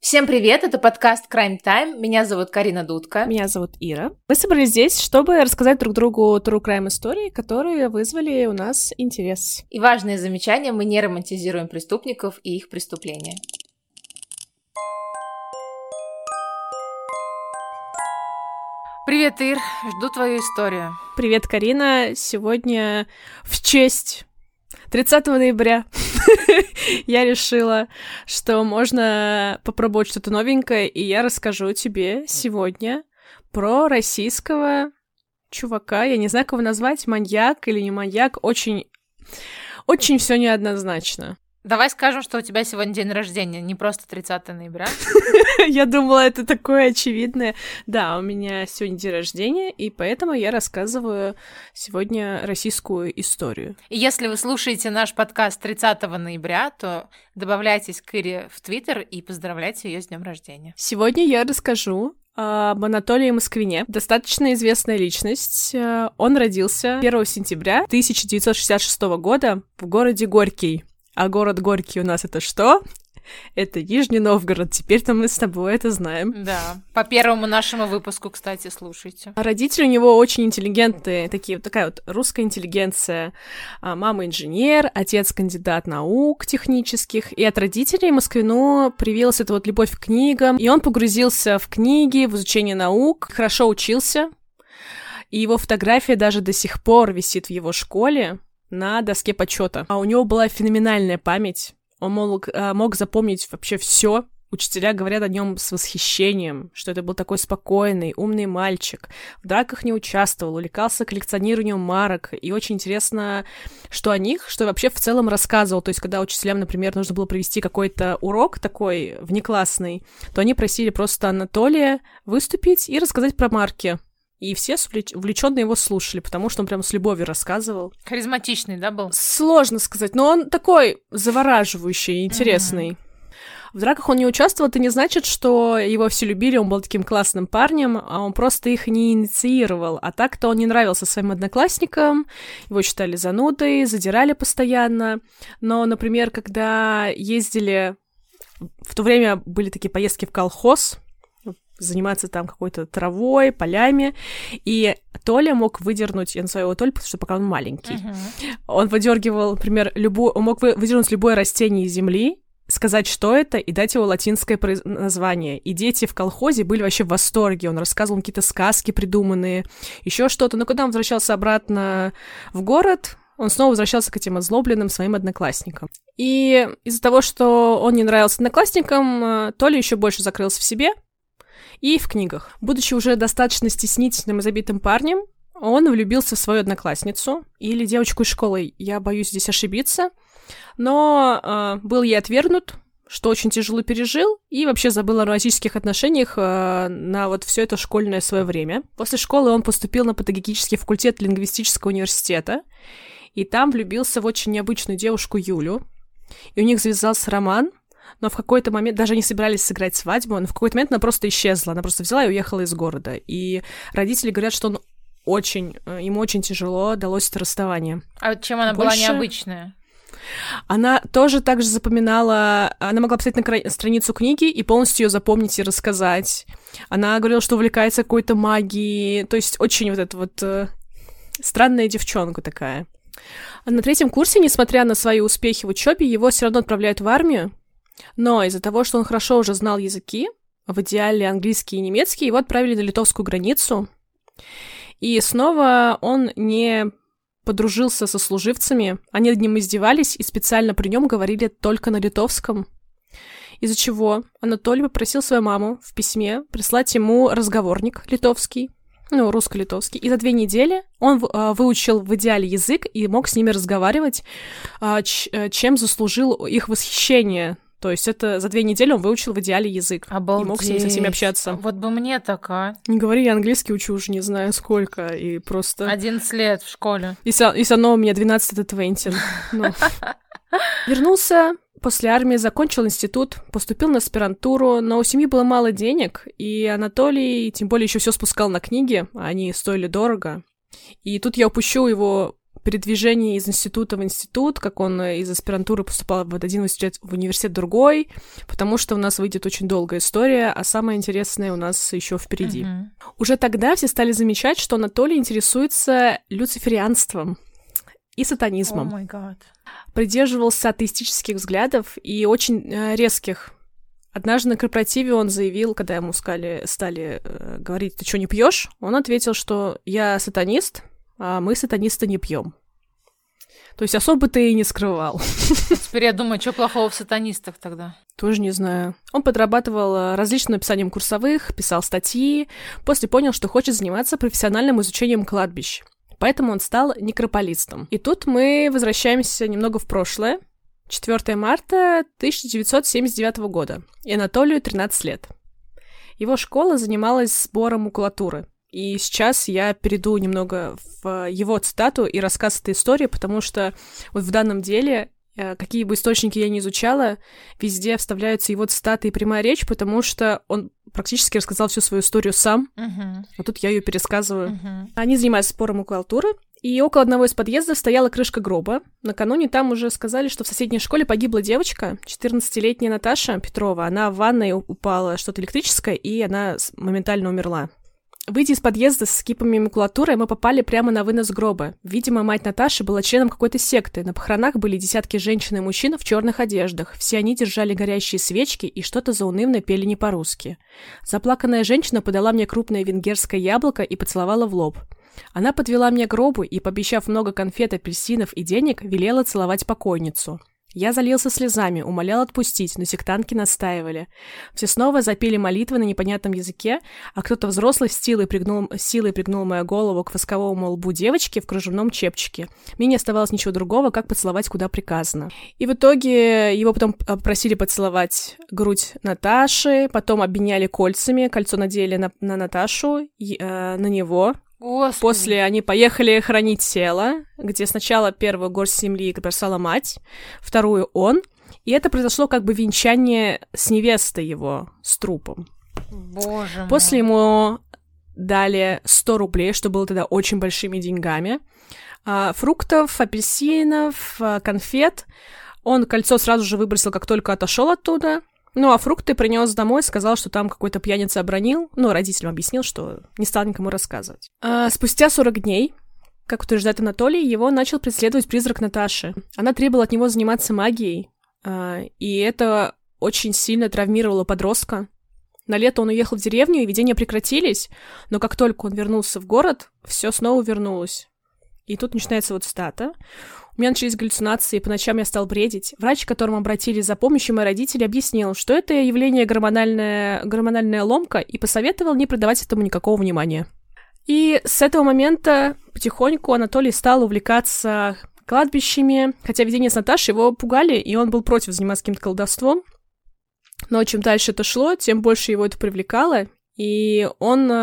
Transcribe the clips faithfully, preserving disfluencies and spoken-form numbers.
Всем привет, это подкаст Crime Time, меня зовут Карина Дудка. Меня зовут Ира. Мы собрались здесь, чтобы рассказать друг другу true crime истории, которые вызвали у нас интерес. И важное замечание, мы не романтизируем преступников и их преступления. Привет, Ир, жду твою историю. Привет, Карина. Сегодня в честь тридцатого ноября я решила, что можно попробовать что-то новенькое, и я расскажу тебе сегодня про российского чувака, я не знаю, как его назвать, маньяк или не маньяк, очень, очень все неоднозначно. Давай скажем, что у тебя сегодня день рождения, не просто тридцатого ноября. Я думала, это такое очевидное. Да, у меня сегодня день рождения, и поэтому я рассказываю сегодня российскую историю. И если вы слушаете наш подкаст тридцатого ноября, то добавляйтесь к Ире в Твиттер и поздравляйте ее с днем рождения. Сегодня я расскажу об Анатолии Москвине. Достаточно известная личность. Он родился первого сентября тысяча девятьсот шестьдесят шестого года в городе Горький. А город Горький у нас это что? Это Нижний Новгород. Теперь-то мы с тобой это знаем. Да. По первому нашему выпуску, кстати, слушайте. Родители у него очень интеллигентные, такие, такая вот русская интеллигенция. Мама инженер, отец кандидат наук технических. И от родителей Москвину привилась эта вот любовь к книгам. И он погрузился в книги, в изучение наук, хорошо учился. И его фотография даже до сих пор висит в его школе на доске почета. А у него была феноменальная память. Он мог, мог запомнить вообще все. Учителя говорят о нем с восхищением, что это был такой спокойный, умный мальчик. В драках не участвовал, увлекался коллекционированием марок. И очень интересно, что о них, что вообще в целом рассказывал. То есть, когда учителям, например, нужно было провести какой-то урок такой внеклассный, то они просили просто Анатолия выступить и рассказать про марки. И все увлеченно его слушали, потому что он прям с любовью рассказывал. Харизматичный, да, был? Сложно сказать, но он такой завораживающий, интересный. Mm-hmm. В драках он не участвовал, это не значит, что его все любили, он был таким классным парнем, а он просто их не инициировал. А так-то он не нравился своим одноклассникам, его считали занудой, задирали постоянно. Но, например, когда ездили... В то время были такие поездки в колхоз, заниматься там какой-то травой, полями, и Толя мог выдернуть, я называю его Толя, потому что пока он маленький, uh-huh. он выдергивал, например, любой, он мог выдернуть любое растение из земли, сказать, что это, и дать его латинское произ... название. И дети в колхозе были вообще в восторге, он рассказывал какие-то сказки придуманные, еще что-то, но когда он возвращался обратно в город, он снова возвращался к этим озлобленным своим одноклассникам. И из-за того, что он не нравился одноклассникам, Толя еще больше закрылся в себе, и в книгах. Будучи уже достаточно стеснительным и забитым парнем, он влюбился в свою одноклассницу или девочку из школы. Я боюсь здесь ошибиться, но э, был ей отвергнут, что очень тяжело пережил, и вообще забыл о романтических отношениях э, на вот все это школьное свое время. После школы он поступил на педагогический факультет лингвистического университета, и там влюбился в очень необычную девушку Юлю, и у них завязался роман. Но в какой-то момент, даже они собирались сыграть свадьбу, но в какой-то момент она просто исчезла, она просто взяла и уехала из города. И родители говорят, что он очень, ему очень тяжело далось это расставание. А чем она Больше... была необычная? Она тоже так же запоминала, она могла писать на кра... страницу книги и полностью ее запомнить и рассказать. Она говорила, что увлекается какой-то магией, то есть очень вот эта вот э, странная девчонка такая. А на третьем курсе, несмотря на свои успехи в учебе, его все равно отправляют в армию. Но из-за того, что он хорошо уже знал языки, в идеале английский и немецкий, его отправили на литовскую границу. И снова он не подружился со служивцами, они над ним издевались и специально при нем говорили только на литовском. Из-за чего Анатолий попросил свою маму в письме прислать ему разговорник литовский, ну, русско-литовский, и за две недели он а, выучил в идеале язык и мог с ними разговаривать, а, ч- чем заслужил их восхищение. То есть это за две недели он выучил в идеале язык. Обалдеть. И мог с ними со всеми общаться. Вот бы мне такая. Не говори, я английский учу уже не знаю сколько, и просто... одиннадцать лет в школе. Если, если оно у меня двенадцать, это двадцать. Ну. Вернулся после армии, закончил институт, поступил на аспирантуру, но у семьи было мало денег, и Анатолий, тем более, еще все спускал на книги, а они стоили дорого. И тут я упущу его передвижение из института в институт, как он из аспирантуры поступал в один университет, в университет другой, потому что у нас выйдет очень долгая история, а самое интересное у нас еще впереди. Mm-hmm. Уже тогда все стали замечать, что Анатолий интересуется люциферианством и сатанизмом. Oh my God. Придерживался атеистических взглядов и очень э, резких. Однажды на корпоративе он заявил, когда ему стали, стали э, говорить, ты что, не пьешь? Он ответил, что я сатанист, а мы, сатанисты, не пьем. То есть особо ты и не скрывал. Теперь я думаю, что плохого в сатанистах тогда? Тоже не знаю. Он подрабатывал различным написанием курсовых, писал статьи, после понял, что хочет заниматься профессиональным изучением кладбищ. Поэтому он стал некрополистом. И тут мы возвращаемся немного в прошлое. четвёртого марта тысяча девятьсот семьдесят девятого года. И Анатолию тринадцать лет. Его школа занималась сбором макулатуры. И сейчас я перейду немного в его цитату и рассказ этой истории, потому что вот в данном деле, какие бы источники я ни изучала, везде вставляются его цитаты и прямая речь, потому что он практически рассказал всю свою историю сам, uh-huh. а тут я ее пересказываю. Uh-huh. Они занимались сбором макулатуры, и около одного из подъездов стояла крышка гроба. Накануне там уже сказали, что в соседней школе погибла девочка, четырнадцатилетняя Наташа Петрова. Она в ванной упала что-то электрическое, и она моментально умерла. Выйдя из подъезда с кипами макулатуры, мы попали прямо на вынос гроба. Видимо, мать Наташи была членом какой-то секты. На похоронах были десятки женщин и мужчин в черных одеждах. Все они держали горящие свечки и что-то заунывно пели не по-русски. Заплаканная женщина подала мне крупное венгерское яблоко и поцеловала в лоб. Она подвела меня к гробу и, пообещав много конфет, апельсинов и денег, велела целовать покойницу. Я залился слезами, умолял отпустить, но сектантки настаивали. Все снова запели молитвы на непонятном языке, а кто-то взрослый с силой пригнул, силой пригнул мою голову к восковому лбу девочки в кружевном чепчике. Мне не оставалось ничего другого, как поцеловать, куда приказано. И в итоге его потом просили поцеловать грудь Наташи, потом обменяли кольцами, кольцо надели на, на Наташу, и, э, на него. Господи. После они поехали хоронить тело, где сначала первую горсть земли бросала мать, вторую он, и это произошло как бы венчание с невестой его, с трупом. Боже мой. После ему дали сто рублей, что было тогда очень большими деньгами, а, фруктов, апельсинов, а, конфет. Он кольцо сразу же выбросил, как только отошел оттуда. Ну, а фрукты принес домой, сказал, что там какой-то пьяница обронил. Ну, родителям объяснил, что не стал никому рассказывать. А спустя сорок дней, как утверждает Анатолий, его начал преследовать призрак Наташи. Она требовала от него заниматься магией, и это очень сильно травмировало подростка. На лето он уехал в деревню, и видения прекратились, но как только он вернулся в город, все снова вернулось. И тут начинается вот цитата. У меня начались галлюцинации, по ночам я стал бредить. Врач, к которому обратились за помощью, мои родители, объяснил, что это явление гормональная, гормональная ломка, и посоветовал не придавать этому никакого внимания. И с этого момента потихоньку Анатолий стал увлекаться кладбищами, хотя видения с Наташей его пугали, и он был против заниматься каким-то колдовством. Но чем дальше это шло, тем больше его это привлекало, и он,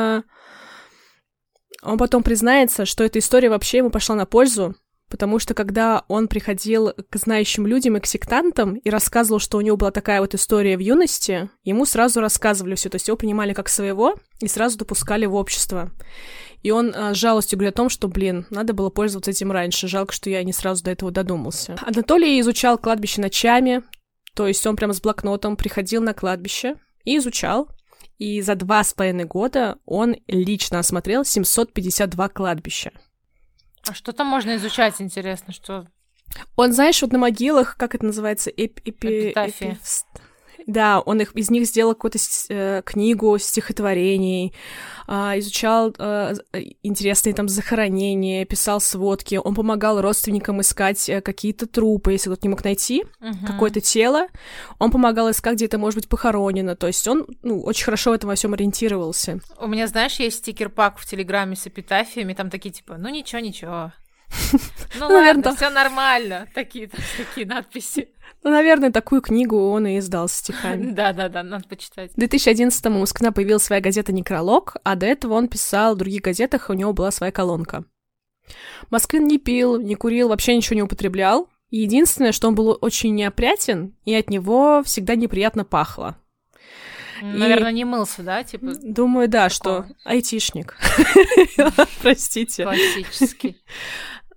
он потом признается, что эта история вообще ему пошла на пользу, потому что когда он приходил к знающим людям и к сектантам и рассказывал, что у него была такая вот история в юности, ему сразу рассказывали все, то есть его принимали как своего и сразу допускали в общество. И он а, с жалостью говорит о том, что, блин, надо было пользоваться этим раньше, жалко, что я не сразу до этого додумался. Анатолий изучал кладбище ночами, то есть он прямо с блокнотом приходил на кладбище и изучал, и за два с половиной года он лично осмотрел семьсот пятьдесят два кладбища. А что там можно изучать, интересно, что... Он, знаешь, вот на могилах, как это называется? Эпи... Эпитафия. Эпи... Да, он их, из них сделал какую-то э, книгу стихотворений, э, изучал э, интересные там захоронения, писал сводки, он помогал родственникам искать э, какие-то трупы, если кто-то не мог найти uh-huh. какое-то тело, он помогал искать, где это может быть похоронено, то есть он, ну, очень хорошо в этом во всем ориентировался. У меня, знаешь, есть стикер-пак в Телеграме с эпитафиями, там такие типа, ну ничего-ничего. Ну ладно, все нормально, такие такие надписи. Ну, наверное, такую книгу он и издал с стихами. Да-да-да, надо почитать. В две тысячи одиннадцатом у Москвина появилась своя газета «Некролог», а до этого он писал в других газетах, у него была своя колонка. Москвин не пил, не курил, вообще ничего не употреблял. Единственное, что он был очень неопрятен, и от него всегда неприятно пахло. Наверное, и... не мылся, да? Типа... Думаю, да, такого. Что айтишник. Простите. Классический.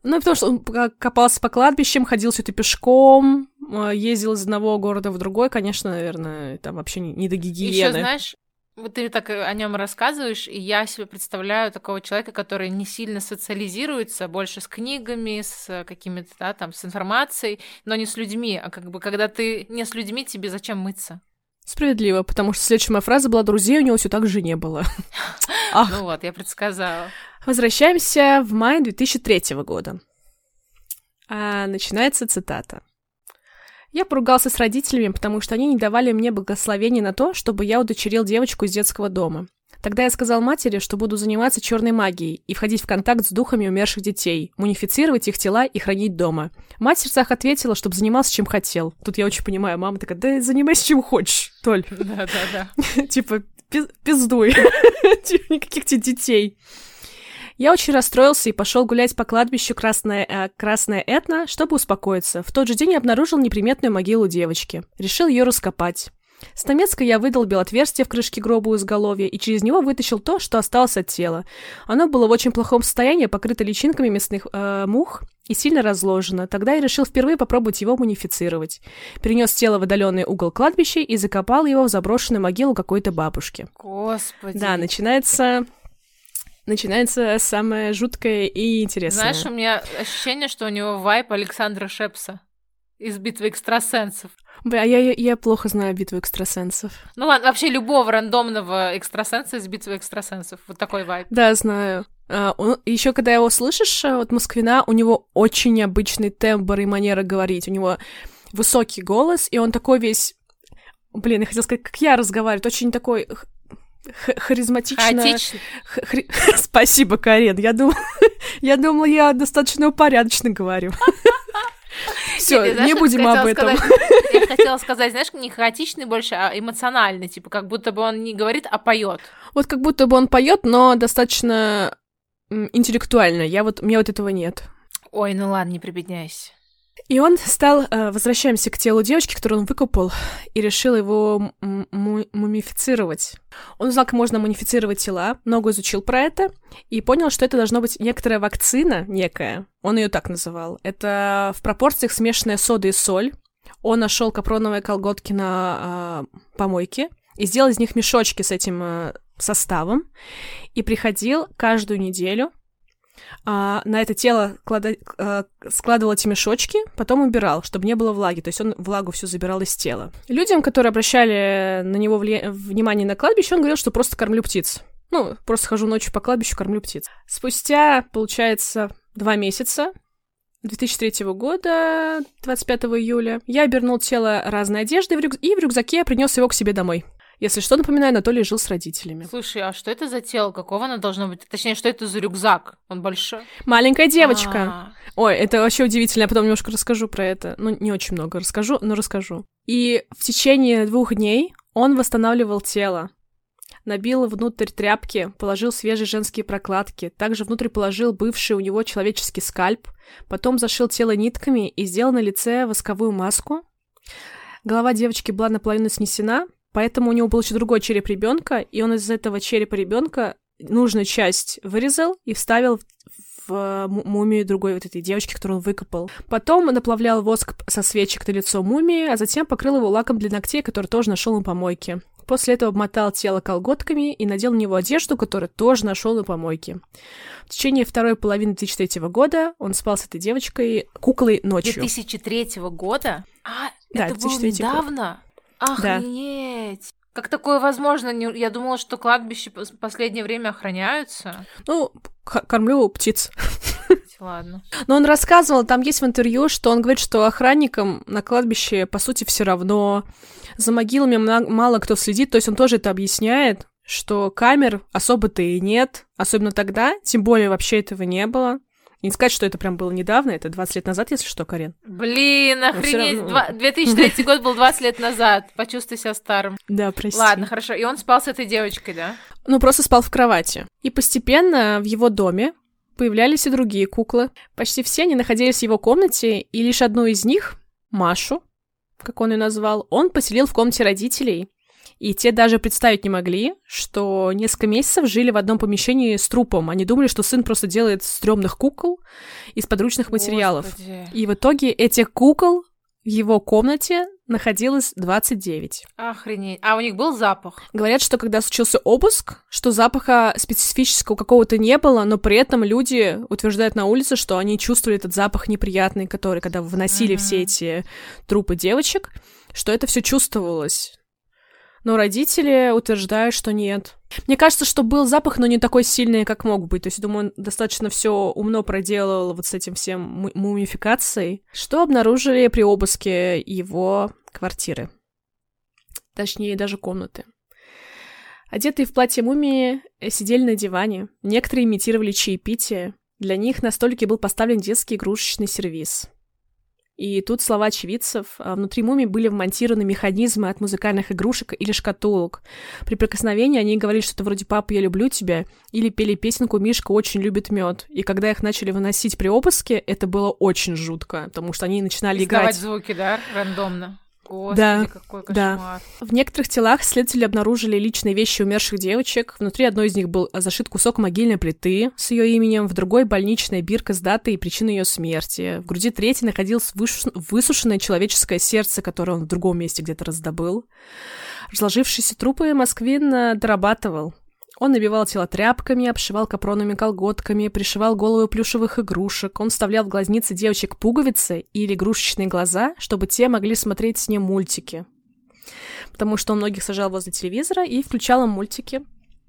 Ну, и потому что он копался по кладбищам, ходил все это пешком, ездил из одного города в другой, конечно, наверное, там вообще не до гигиены. Еще знаешь, вот ты так о нем рассказываешь, и я себе представляю такого человека, который не сильно социализируется, больше с книгами, с какими-то, да, там, с информацией, но не с людьми, а как бы, когда ты не с людьми, тебе зачем мыться? Справедливо, потому что следующая моя фраза была: друзей у него все так же не было. Ну вот, я предсказала. Возвращаемся в мае две тысячи третьего года. А, начинается цитата. «Я поругался с родителями, потому что они не давали мне благословения на то, чтобы я удочерил девочку из детского дома. Тогда я сказал матери, что буду заниматься черной магией и входить в контакт с духами умерших детей, мумифицировать их тела и хранить дома. Мать в сердцах ответила, чтобы занимался чем хотел». Тут я очень понимаю, мама такая: да занимайся чем хочешь, Толь. Да-да-да. Типа, пиздуй. Никаких тебе детей. Я очень расстроился и пошел гулять по кладбищу Красная, э, Красная Этна, чтобы успокоиться. В тот же день я обнаружил неприметную могилу девочки. Решил ее раскопать. С Намецкой я выдолбил отверстие в крышке гроба у изголовья и через него вытащил то, что осталось от тела. Оно было в очень плохом состоянии, покрыто личинками мясных э, мух и сильно разложено. Тогда я решил впервые попробовать его мумифицировать. Перенес тело в отдаленный угол кладбища и закопал его в заброшенную могилу какой-то бабушки. Господи. Да, начинается... Начинается самое жуткое и интересное. Знаешь, у меня ощущение, что у него вайп Александра Шепса из «Битвы экстрасенсов». Бля, я, я, я плохо знаю «Битву экстрасенсов». Ну ладно, вообще любого рандомного экстрасенса из «Битвы экстрасенсов». Вот такой вайп. Да, знаю. А, еще когда его слышишь, вот Москвина, у него очень необычный тембр и манера говорить. У него высокий голос, и он такой весь... Блин, я хотела сказать, как я разговариваю. Очень такой... Х- харизматично. Хаотично. Х- хри... Спасибо, Карен. Я думала, я думала, я достаточно упорядоченно говорю. Все, не будем об этом. Я хотела сказать, знаешь, не хаотичный больше, а эмоциональный, типа как будто бы он не говорит, а поет. Вот как будто бы он поет, но достаточно интеллектуально. Я вот, у меня вот этого нет. Ой, ну ладно, не прибедняйся. И он стал... Э, возвращаемся к телу девочки, которую он выкопал, и решил его м- м- мумифицировать. Он узнал, как можно мумифицировать тела, много изучил про это, и понял, что это должна быть некоторая вакцина, некая, он ее так называл. Это в пропорциях смешанная сода и соль. Он нашел капроновые колготки на э, помойке и сделал из них мешочки с этим э, составом, и приходил каждую неделю... А, на это тело клада... а, складывал эти мешочки, потом убирал, чтобы не было влаги, то есть он влагу всю забирал из тела. Людям, которые обращали на него вли... внимание на кладбище, он говорил, что просто кормлю птиц. Ну, просто хожу ночью по кладбищу, кормлю птиц. Спустя, получается, два месяца, две тысячи третьего года, двадцать пятого июля, я обернул тело разной одеждой в рюк... и в рюкзаке я принес его к себе домой. Если что, напоминаю, Анатолий жил с родителями. Слушай, а что это за тело? Какого оно должно быть? Точнее, что это за рюкзак? Он большой? Маленькая девочка. А-а-а. Ой, это вообще удивительно. Я потом немножко расскажу про это. Ну, не очень много расскажу, но расскажу. И в течение двух дней он восстанавливал тело. Набил внутрь тряпки, положил свежие женские прокладки. Также внутрь положил бывший у него человеческий скальп. Потом зашил тело нитками и сделал на лице восковую маску. Голова девочки была наполовину снесена, поэтому у него был еще другой череп ребенка, и он из этого черепа ребенка нужную часть вырезал и вставил в мумию другой вот этой девочки, которую он выкопал. Потом наплавлял воск со свечек на лицо мумии, а затем покрыл его лаком для ногтей, который тоже нашел на помойке. После этого обмотал тело колготками и надел на него одежду, которую тоже нашел на помойке. В течение второй половины две тысячи третьего года он спал с этой девочкой, куклой, ночью. две тысячи третьего года? А, да, это было недавно? Охренеть! Да. Как такое возможно? Я думала, что кладбища в последнее время охраняются. Ну, х- кормлю птиц. Ладно. Но он рассказывал, там есть в интервью, что он говорит, что охранникам на кладбище, по сути, все равно. За могилами мало кто следит, то есть он тоже это объясняет, что камер особо-то и нет, особенно тогда, тем более вообще этого не было. И не сказать, что это прям было недавно, это двадцать лет назад, если что, Карен. Блин, охренеть, равно... две тысячи третий год был двадцать лет назад, почувствуй себя старым. Да, прости. Ладно, хорошо, и он спал с этой девочкой, да? Ну, просто спал в кровати. И постепенно в его доме появлялись и другие куклы. Почти все они находились в его комнате, и лишь одну из них, Машу, как он ее назвал, он поселил в комнате родителей И те даже представить не могли, что несколько месяцев жили в одном помещении с трупом. Они думали, что сын просто делает стрёмных кукол из подручных материалов. Господи. И в итоге этих кукол в его комнате находилось двадцать девять. Охренеть. А у них был запах? Говорят, что когда случился обыск, что запаха специфического какого-то не было, но при этом люди утверждают на улице, что они чувствовали этот запах неприятный, который, когда выносили mm-hmm. все эти трупы девочек, что это все чувствовалось. Но родители утверждают, что нет. Мне кажется, что был запах, но не такой сильный, как мог быть. То есть, думаю, он достаточно все умно проделал вот с этим всем мумификацией, что обнаружили при обыске его квартиры. Точнее, даже комнаты. Одетые в платье мумии сидели на диване. Некоторые имитировали чаепитие. Для них на столике был поставлен детский игрушечный сервиз. И тут слова очевидцев. Внутри мумии были вмонтированы механизмы от музыкальных игрушек или шкатулок. При прикосновении они говорили что-то вроде «Папа, я люблю тебя» или пели песенку «Мишка очень любит мед». И когда их начали выносить при обыске, это было очень жутко, потому что они начинали издавать играть... звуки, да, рандомно. Господи, да, какой кошмар. Да. В некоторых телах следователи обнаружили личные вещи умерших девочек. Внутри одной из них был зашит кусок могильной плиты с ее именем, в другой — больничная бирка с датой и причиной ее смерти. В груди третьей находилось высуш... высушенное человеческое сердце, которое он в другом месте где-то раздобыл. Разложившиеся трупы Москвин дорабатывал. Он набивал тело тряпками, обшивал капроновыми колготками, пришивал головы плюшевых игрушек. Он вставлял в глазницы девочек пуговицы или игрушечные глаза, чтобы те могли смотреть с ним мультики. Потому что он многих сажал возле телевизора и включал им мультики.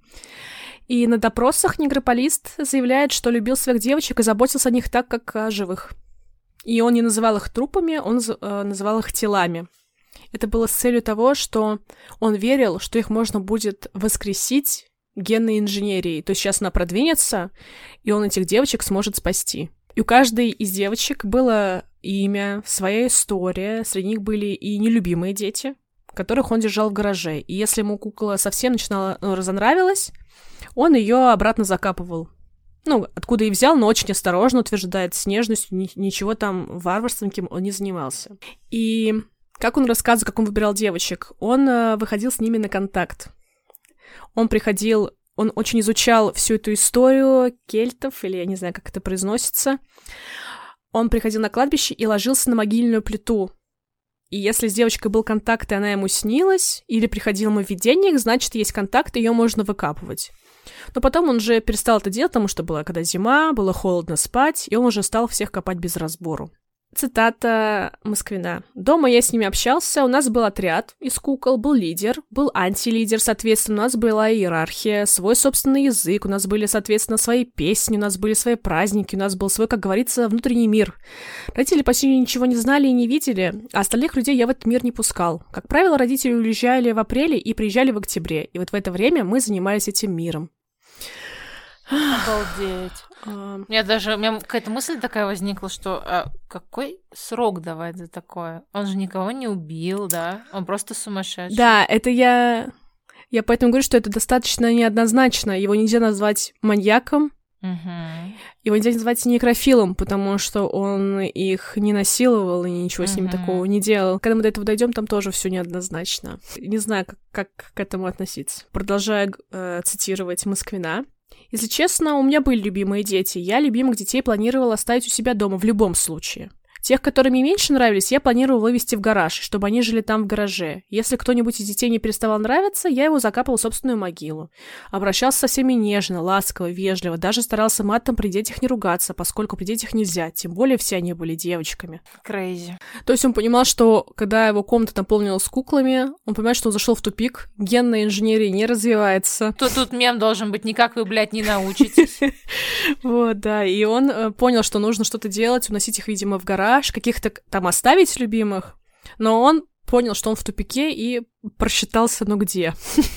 И на допросах негрополист заявляет, что любил своих девочек и заботился о них так, как о живых. И он не называл их трупами, он э, называл их телами. Это было с целью того, что он верил, что их можно будет воскресить генной инженерии. То есть сейчас она продвинется, и он этих девочек сможет спасти. И у каждой из девочек было имя, своя история. Среди них были и нелюбимые дети, которых он держал в гараже. И если ему кукла совсем начинала, ну, разонравилась, он ее обратно закапывал. Ну, откуда и взял, но очень осторожно, утверждает, с нежностью, ни- ничего там варварством кем он не занимался. И как он рассказывает, как он выбирал девочек, он э, выходил с ними на контакт. Он приходил, он очень изучал всю эту историю кельтов, или я не знаю, как это произносится. Он приходил на кладбище и ложился на могильную плиту. И если с девочкой был контакт, и она ему снилась, или приходил ему в видениях, значит, есть контакт, ее можно выкапывать. Но потом он же перестал это делать, потому что была когда зима, было холодно спать, и он уже стал всех копать без разбору. Цитата Москвина. «Дома я с ними общался, у нас был отряд из кукол, был лидер, был антилидер, соответственно, у нас была иерархия, свой собственный язык, у нас были, соответственно, свои песни, у нас были свои праздники, у нас был свой, как говорится, внутренний мир. Родители почти ничего не знали и не видели, а остальных людей я в этот мир не пускал. Как правило, родители уезжали в апреле и приезжали в октябре, и вот в это время мы занимались этим миром». Обалдеть. Uh, у меня даже у меня какая-то мысль такая возникла, что а какой срок давать за такое? Он же никого не убил, да? Он просто сумасшедший. Да, это я... Я поэтому говорю, что это достаточно неоднозначно. Его нельзя назвать маньяком, uh-huh. Его нельзя назвать некрофилом, потому что он их не насиловал и ничего uh-huh. с ними такого не делал. Когда мы до этого дойдем, там тоже все неоднозначно. Не знаю, как, как к этому относиться. Продолжаю э, цитировать Москвина. «Если честно, у меня были любимые дети. Я любимых детей планировала оставить у себя дома в любом случае. Тех, которые мне меньше нравились, я планировала вывести в гараж, чтобы они жили там в гараже. Если кто-нибудь из детей не переставал нравиться, я его закапывал в собственную могилу. Обращался со всеми нежно, ласково, вежливо, даже старался матом при детях не ругаться, поскольку при детях нельзя, тем более все они были девочками». Крейзи. То есть он понимал, что когда его комната наполнилась куклами, он понимает, что он зашел в тупик, генная инженерия не развивается. Тут, тут мем должен быть «никак вы, блядь, не научитесь». Вот, да, и он понял, что нужно что-то делать, уносить их, видимо, в гараж, каких-то там оставить любимых, но он понял, что он в тупике и просчитался, ну где.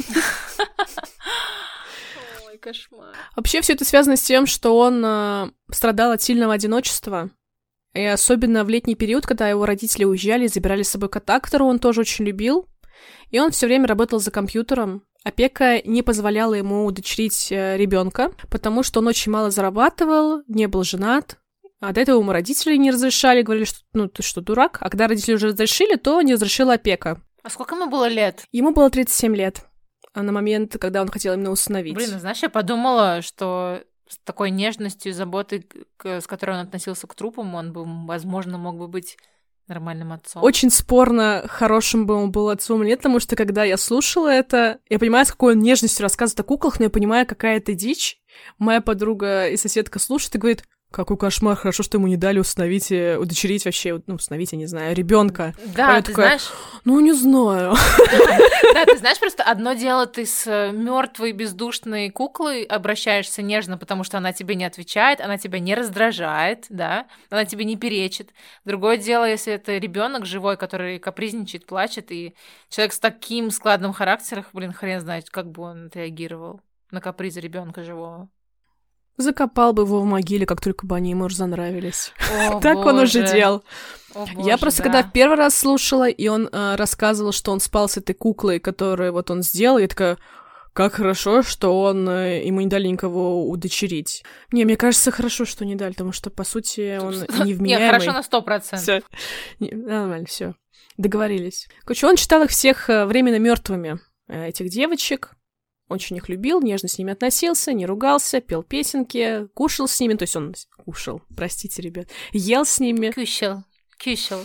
Ой, кошмар. Вообще все это связано с тем, что он э, страдал от сильного одиночества, и особенно в летний период, когда его родители уезжали и забирали с собой кота, которого он тоже очень любил, и он все время работал за компьютером. Опека не позволяла ему удочерить э, ребенка, потому что он очень мало зарабатывал, не был женат. А до этого ему родители не разрешали, говорили, что ну ты что, дурак? А когда родители уже разрешили, то не разрешила опека. А сколько ему было лет? Ему было тридцать семь лет на момент, когда он хотел именно усыновить. Блин, ну, знаешь, я подумала, что с такой нежностью и заботой, к- с которой он относился к трупам, он бы, возможно, мог бы быть нормальным отцом. Очень спорно, хорошим бы он был отцом или нет, потому что когда я слушала это, я понимаю, с какой он нежностью рассказывает о куклах, но я понимаю, какая это дичь. Моя подруга и соседка слушает и говорит: какой кошмар, хорошо, что ему не дали усыновить, э, удочерить вообще, ну, усыновить, я не знаю, ребенка. Да, ты такая, знаешь... Ну, не знаю. Да, ты знаешь, просто одно дело, ты с мертвой бездушной куклой обращаешься нежно, потому что она тебе не отвечает, она тебя не раздражает, да, она тебе не перечит. Другое дело, если это ребенок живой, который капризничает, плачет, и человек с таким складным характером, блин, хрен знает, как бы он отреагировал на капризы ребенка живого. Закопал бы его в могиле, как только бы они ему разонравились. О, Так он уже боже. делал. О, Я боже, просто, да. когда в первый раз слушала, и он э, рассказывал, что он спал с этой куклой, которую вот он сделал, я такая: как хорошо, что он э, ему не дали никого удочерить. Не, мне кажется, хорошо, что не дали, потому что, по сути, он невменяемый. Нет, хорошо на сто процентов. Всё. Не, нормально, все. Договорились. Короче, он считал их всех э, временно мертвыми, э, этих девочек. Очень их любил, нежно с ними относился, не ругался, пел песенки, кушал с ними, то есть он кушал, простите, ребят, ел с ними. Кушал, кушал.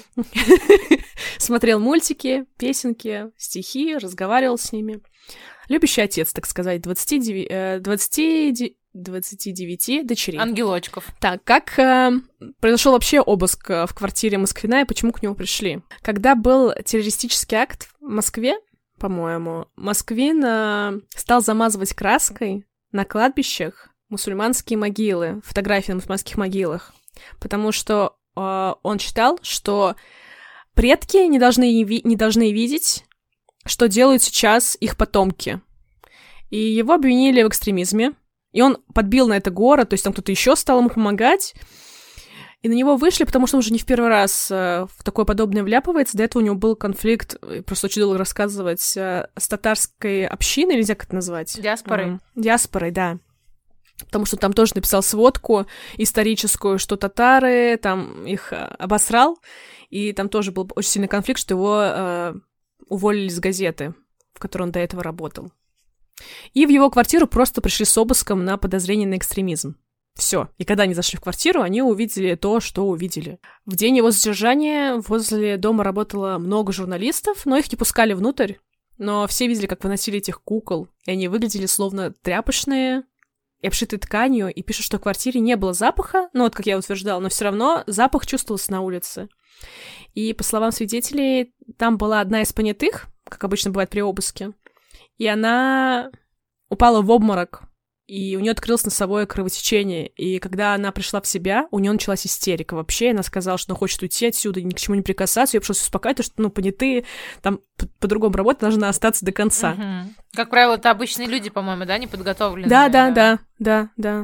Смотрел мультики, песенки, стихи, разговаривал с ними. Любящий отец, так сказать, двадцати деви- э, двадцати, двадцати девяти дочерей. Ангелочков. Так, как э, произошел вообще обыск э, в квартире Москвина и почему к нему пришли? Когда был террористический акт в Москве, по-моему, Москвин э, стал замазывать краской на кладбищах мусульманские могилы, фотографии на мусульманских могилах, потому что э, он считал, что предки не должны, ви- не должны видеть, что делают сейчас их потомки. И его обвинили в экстремизме, и он подбил на это город, то есть там кто-то еще стал ему помогать, и на него вышли, потому что он уже не в первый раз э, в такое подобное вляпывается. До этого у него был конфликт, просто очень долго рассказывать, э, с татарской общиной, нельзя как это назвать? Диаспорой. Mm. Диаспорой, да. Потому что там тоже написал сводку историческую, что татары там их обосрал, и там тоже был очень сильный конфликт, что его э, уволили из газеты, в которой он до этого работал. И в его квартиру просто пришли с обыском на подозрение на экстремизм. Все. И когда они зашли в квартиру, они увидели то, что увидели. В день его задержания возле дома работало много журналистов, но их не пускали внутрь. Но все видели, как выносили этих кукол, и они выглядели словно тряпочные и обшитые тканью, и пишут, что в квартире не было запаха, ну вот как я утверждала, но все равно запах чувствовался на улице. И, по словам свидетелей, там была одна из понятых, как обычно бывает при обыске, и она упала в обморок, и у нее открылось носовое кровотечение. И когда она пришла в себя, у нее началась истерика вообще. И она сказала, что она хочет уйти отсюда и ни к чему не прикасаться. Ее пришлось успокаивать, что, ну, понятые, там по-другому работать должна остаться до конца. Угу. Как правило, это обычные люди, по-моему, да, неподготовленные? Да, да, да, да, да.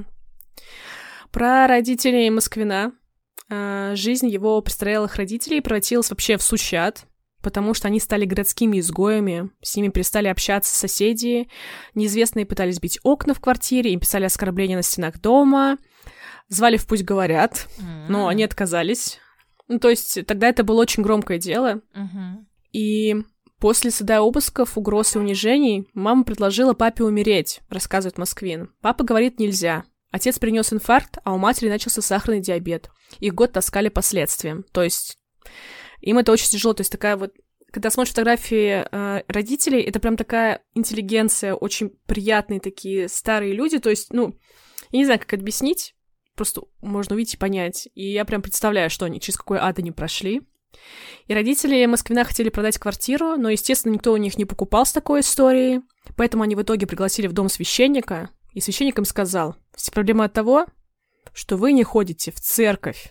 Про родителей Москвина. Жизнь его престарелых родителей превратилась вообще в сущий ад, потому что они стали городскими изгоями, с ними перестали общаться соседи, неизвестные пытались бить окна в квартире, им писали оскорбления на стенах дома, звали в «Пусть говорят», mm-hmm. но они отказались. Ну, то есть тогда это было очень громкое дело. Mm-hmm. И после суда обысков, угроз и унижений мама предложила папе умереть, рассказывает Москвин. Папа говорит, нельзя. Отец принес инфаркт, а у матери начался сахарный диабет. Их год таскали последствиям. То есть им это очень тяжело, то есть такая вот, когда смотришь фотографии э, родителей, это прям такая интеллигенция, очень приятные такие старые люди, то есть, ну, я не знаю, как объяснить, просто можно увидеть и понять, и я прям представляю, что они, через какой ад они прошли. И родители Москвина хотели продать квартиру, но, естественно, никто у них не покупал с такой историей, поэтому они в итоге пригласили в дом священника, и священник им сказал, вся проблема от того, что вы не ходите в церковь.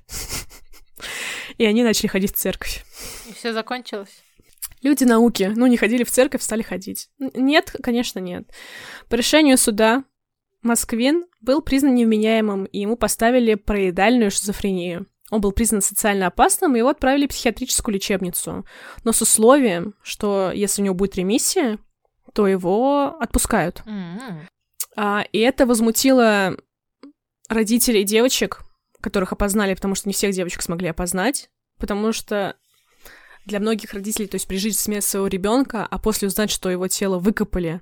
И они начали ходить в церковь. И все закончилось? Люди науки, ну, не ходили в церковь, стали ходить. Нет, конечно, нет. По решению суда Москвин был признан невменяемым, и ему поставили параноидальную шизофрению. Он был признан социально опасным, и его отправили в психиатрическую лечебницу. Но с условием, что если у него будет ремиссия, то его отпускают. Mm-hmm. А, и это возмутило родителей девочек, которых опознали, потому что не всех девочек смогли опознать, потому что для многих родителей, то есть пережить смерть своего ребенка, а после узнать, что его тело выкопали,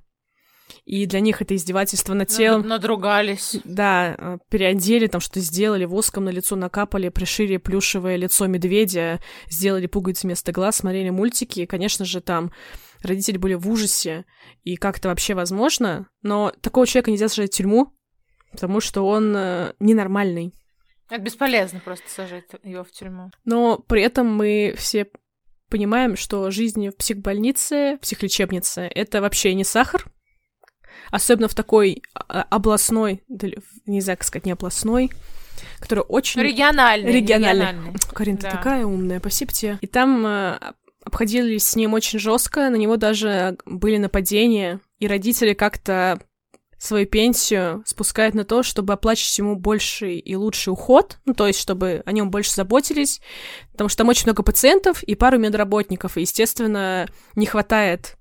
и для них это издевательство над телом. Надругались. Да, переодели, там что-то сделали, воском на лицо накапали, пришили плюшевое лицо медведя, сделали пуговицы вместо глаз, смотрели мультики, и, конечно же, там родители были в ужасе, и как это вообще возможно, но такого человека нельзя сажать в тюрьму, потому что он э, ненормальный. Это бесполезно просто сажать его в тюрьму. Но при этом мы все понимаем, что жизнь в психбольнице, в психлечебнице — это вообще не сахар, особенно в такой областной, не знаю, как сказать, не областной, который очень... Региональный. Региональный. региональный. Карин, ты да. такая умная, спасибо тебе. И там э, обходились с ним очень жестко, на него даже были нападения, и родители как-то свою пенсию спускают на то, чтобы оплачивать ему больший и лучший уход, ну, то есть чтобы о нем больше заботились, потому что там очень много пациентов и пару медработников, и, естественно, не хватает,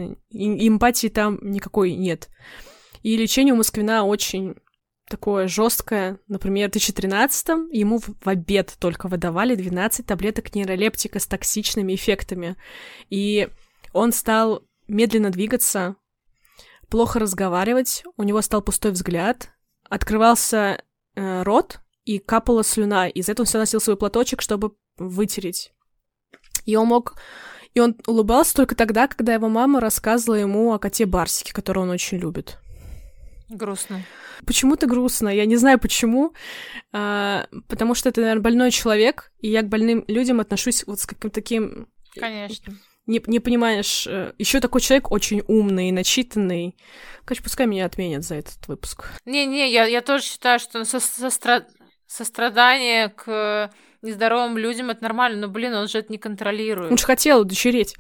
и эмпатии там никакой нет. И лечение у Москвина очень такое жесткое. Например, в две тысячи тринадцатом ему в обед только выдавали двенадцать таблеток нейролептика с токсичными эффектами. И он стал медленно двигаться, плохо разговаривать, у него стал пустой взгляд, открывался э, рот, и капала слюна. Из этого он всегда носил свой платочек, чтобы вытереть. И он мог... И он улыбался только тогда, когда его мама рассказывала ему о коте Барсике, которого он очень любит. Грустно. Почему-то грустно. Я не знаю, почему. А, потому что это, наверное, больной человек, и я к больным людям отношусь вот с каким-то таким... Конечно. Не, не понимаешь, еще такой человек очень умный, начитанный. Короче, пускай меня отменят за этот выпуск. Не-не, я, я тоже считаю, что со- состра... сострадание к нездоровым людям — это нормально, но, блин, он же это не контролирует. Он же хотел удочереть.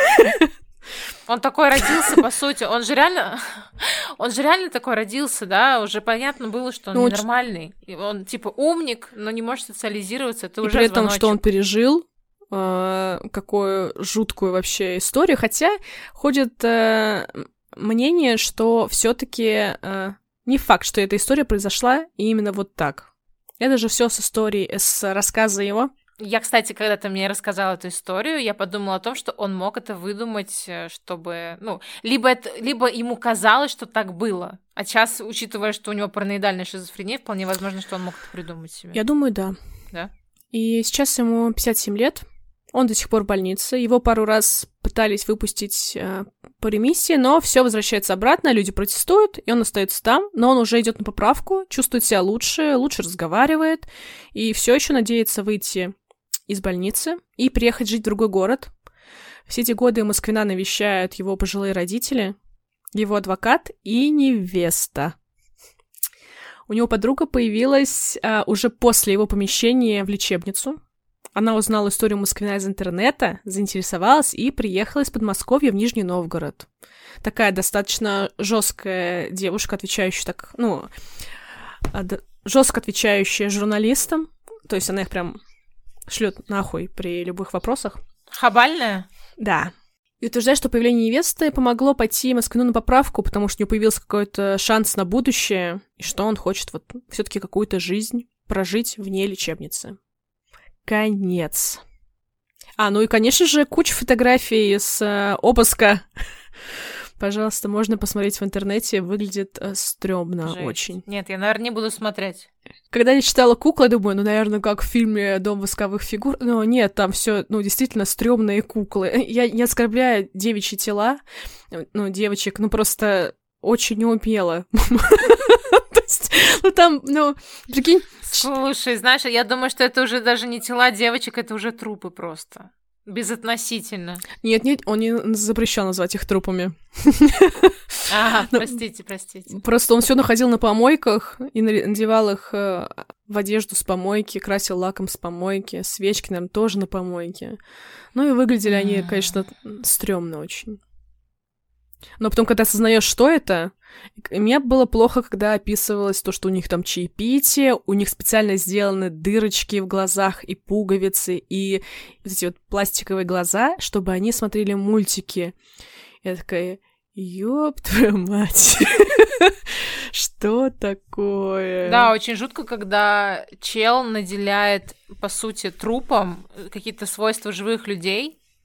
Он такой родился, по сути. Он же реально... Он же реально такой родился, да? Уже понятно было, что он ну, ненормальный. Он... он, типа, умник, но не может социализироваться. Это и уже при этом, звоночек. что он пережил, э, какую жуткую вообще историю. Хотя ходит э, мнение, что все таки э, не факт, что эта история произошла именно вот так. Это же все с истории, с рассказа его. Я, кстати, когда ты мне рассказала эту историю, я подумала о том, что он мог это выдумать, чтобы, ну, либо, это, либо ему казалось, что так было. А сейчас, учитывая, что у него параноидальная шизофрения, вполне возможно, что он мог это придумать себе. Я думаю, да. Да? И сейчас ему пятьдесят семь лет, он до сих пор в больнице, его пару раз пытались выпустить э, по ремиссии, но все возвращается обратно, люди протестуют, и он остается там, но он уже идет на поправку, чувствует себя лучше, лучше разговаривает, и все еще надеется выйти из больницы и приехать жить в другой город. Все эти годы Москвина навещают его пожилые родители, его адвокат и невеста. У него подруга появилась а, уже после его помещения в лечебницу. Она узнала историю Москвина из интернета, заинтересовалась и приехала из Подмосковья в Нижний Новгород. Такая достаточно жесткая девушка, отвечающая так, ну, жестко отвечающая журналистам. То есть она их прям шлет нахуй при любых вопросах. Хабальная? Да. И утверждает, что появление невесты помогло пойти Москвину на поправку, потому что у него появился какой-то шанс на будущее, и что он хочет вот все-таки какую-то жизнь прожить вне лечебницы. Конец. А, ну и, конечно же, куча фотографий с э, обыска. Пожалуйста, можно посмотреть в интернете, выглядит э, стрёмно Жесть. Очень. Нет, я, наверное, не буду смотреть. Когда я читала «Куклы», думаю, ну, наверное, как в фильме «Дом восковых фигур». Но нет, там все, ну, действительно стрёмные куклы. Я не оскорбляю девичьи тела, ну, девочек, ну, просто очень неумело. Ну, там, ну, прикинь... Слушай, знаешь, я думаю, что это уже даже не тела девочек, это уже трупы просто. Безотносительно. Нет, нет, он не запрещал назвать их трупами. Ага, простите, простите. Просто он все находил на помойках и надевал их в одежду с помойки, красил лаком с помойки, свечки, наверное, тоже на помойке. Ну и выглядели они, конечно, стрёмно очень. Но потом, когда осознаешь, что это, мне было плохо, когда описывалось то, что у них там чаепитие, у них специально сделаны дырочки в глазах и пуговицы, и вот эти вот пластиковые глаза, чтобы они смотрели мультики. Я такая, ёб твою мать, что такое? Да, очень жутко, когда чел наделяет, по сути, трупом какие-то свойства живых людей,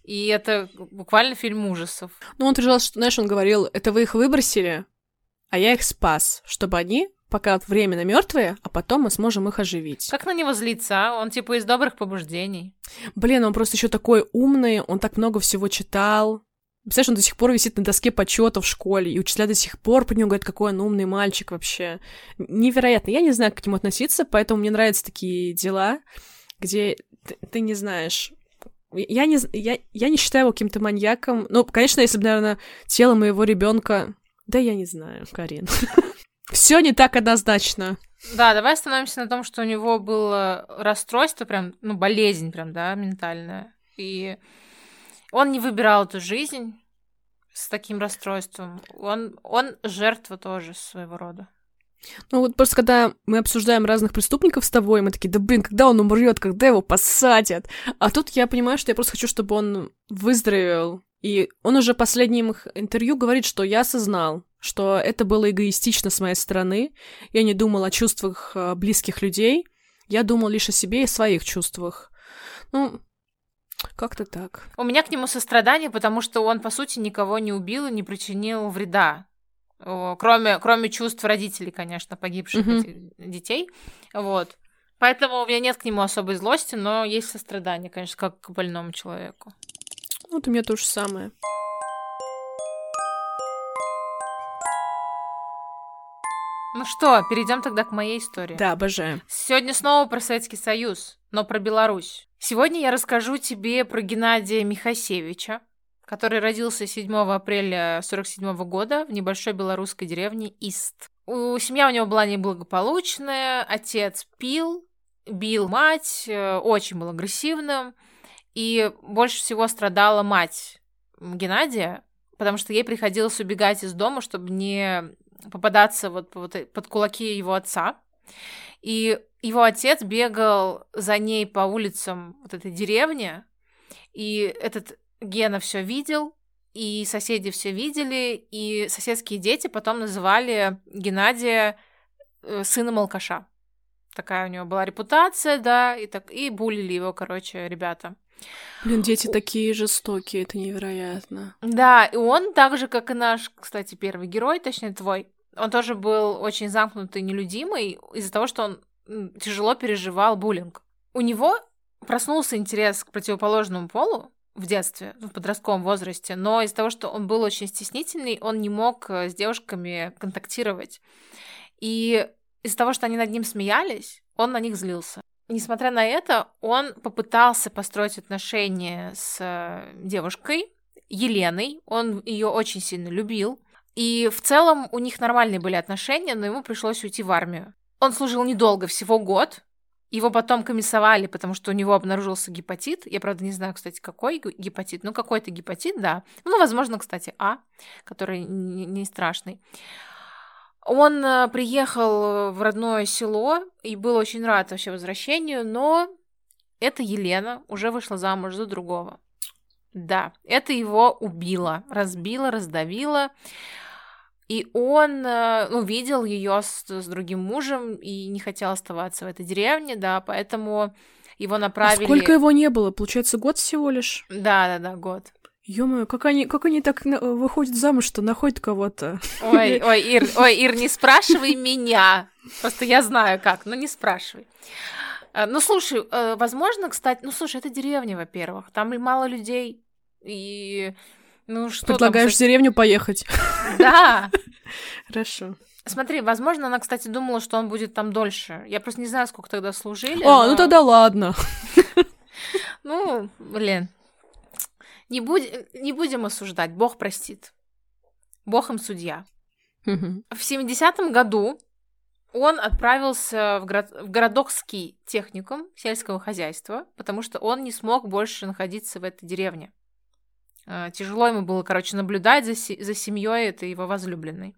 И это буквально фильм ужасов. Ну, он признался, что, знаешь, он говорил, это вы их выбросили, а я их спас, чтобы они пока временно мертвые, а потом мы сможем их оживить. Как на него злиться, а? Он типа из добрых побуждений. Блин, он просто еще такой умный, он так много всего читал. Представляешь, он до сих пор висит на доске почета в школе, и учителя до сих пор по нему говорят, какой он умный мальчик вообще. Невероятно. Я не знаю, как к нему относиться, поэтому мне нравятся такие дела, где ты, ты не знаешь... Я не, я, я не считаю его каким-то маньяком. Ну, конечно, если бы, наверное, тело моего ребенка. Да я не знаю, Карин. Все не так однозначно. Да, давай остановимся на том, что у него было расстройство, прям, ну, болезнь прям, да, ментальная. И он не выбирал эту жизнь с таким расстройством. Он, он жертва тоже своего рода. Ну вот просто когда мы обсуждаем разных преступников с тобой, мы такие, да блин, когда он умрет, когда его посадят? А тут я понимаю, что я просто хочу, чтобы он выздоровел. И он уже в последнем интервью говорит, что я осознал, что это было эгоистично с моей стороны. Я не думал о чувствах близких людей. Я думал лишь о себе и своих чувствах. Ну, как-то так. У меня к нему сострадание, потому что он, по сути, никого не убил и не причинил вреда. Кроме, кроме чувств родителей, конечно, погибших mm-hmm. детей. Вот. Поэтому у меня нет к нему особой злости, но есть сострадание, конечно, как к больному человеку. Вот у меня то же самое. Ну что, перейдем тогда к моей истории. Да, обожаю. Сегодня снова про Советский Союз, но про Беларусь. Сегодня я расскажу тебе про Геннадия Михасевича, который родился седьмого апреля сорок седьмого года в небольшой белорусской деревне Ист. У, семья у него была неблагополучная, отец пил, бил мать, очень был агрессивным, и больше всего страдала мать Геннадия, потому что ей приходилось убегать из дома, чтобы не попадаться вот, вот под кулаки его отца. И его отец бегал за ней по улицам вот этой деревни, и этот Гена все видел, и соседи все видели, и соседские дети потом называли Геннадия сыном алкаша. Такая у него была репутация, да, и, так, и булили его, короче, ребята. Блин, дети такие жестокие, это невероятно. Да, и он так же, как и наш, кстати, первый герой, точнее твой, он тоже был очень замкнутый, нелюдимый из-за того, что он тяжело переживал буллинг. У него проснулся интерес к противоположному полу в детстве, в подростковом возрасте, но из-за того, что он был очень стеснительный, он не мог с девушками контактировать. И из-за того, что они над ним смеялись, он на них злился. Несмотря на это, он попытался построить отношения с девушкой Еленой, он ее очень сильно любил, и в целом у них нормальные были отношения, но ему пришлось уйти в армию. Он служил недолго, всего год. Его потом комиссовали, потому что у него обнаружился гепатит. Я, правда, не знаю, кстати, какой гепатит. Ну, какой-то гепатит, да. Ну, возможно, кстати, А, который не, не страшный. Он приехал в родное село и был очень рад вообще возвращению, но эта Елена уже вышла замуж за другого. Да, это его убило, разбило, раздавило. И он ну, видел ее с, с другим мужем и не хотел оставаться в этой деревне, да, поэтому его направили... А сколько его не было? Получается, год всего лишь? Да-да-да, год. Ё-моё, как они, как они так выходят замуж-то, находят кого-то? Ой, ой, Ир, ой, Ир, не спрашивай меня. Просто я знаю как, но не спрашивай. Ну, слушай, возможно, кстати... Ну, слушай, это деревня, во-первых. Там и мало людей, и... Ну, что Предлагаешь там, в деревню поехать? Да. Хорошо. Смотри, возможно, она, кстати, думала, что он будет там дольше. Я просто не знаю, сколько тогда служили. А, но... ну тогда ладно. Ну, блин. Не, будь... не будем осуждать. Бог простит. Бог им судья. В семидесятом году он отправился в, город... в городокский техникум сельского хозяйства, потому что он не смог больше находиться в этой деревне. Тяжело ему было, короче, наблюдать за, се... за семьей этой его возлюбленной.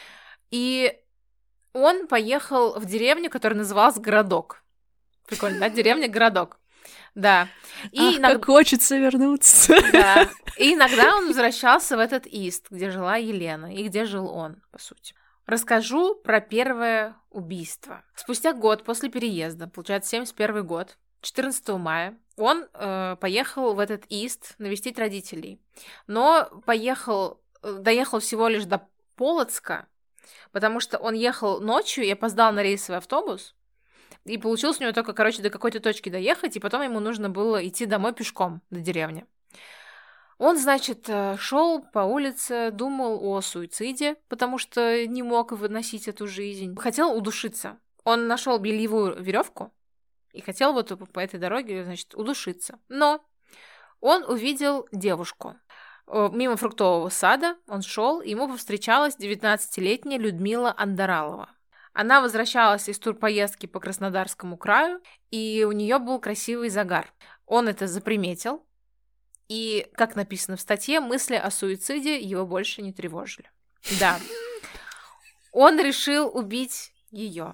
И он поехал в деревню, которая называлась Городок. Прикольно, да? Деревня-городок. Да. И Ах, иногда... как хочется вернуться. Да. И иногда он возвращался в этот Ист, где жила Елена, и где жил он, по сути. Расскажу про первое убийство. Спустя год после переезда, получается, семьдесят первый год, четырнадцатого мая, он э, поехал в этот Ист навестить родителей, но поехал, доехал всего лишь до Полоцка, потому что он ехал ночью и опоздал на рейсовый автобус, и получилось у него только, короче, до какой-то точки доехать, и потом ему нужно было идти домой пешком до деревни. Он, значит, шел по улице, думал о суициде, потому что не мог выносить эту жизнь. Хотел удушиться. Он нашел бельевую веревку и хотел вот по этой дороге, значит, удушиться. Но он увидел девушку. Мимо фруктового сада он шел, и ему повстречалась девятнадцатилетняя Людмила Андаралова. Она возвращалась из турпоездки по Краснодарскому краю, и у нее был красивый загар. Он это заприметил, и, как написано в статье, мысли о суициде его больше не тревожили. Да. Он решил убить ее.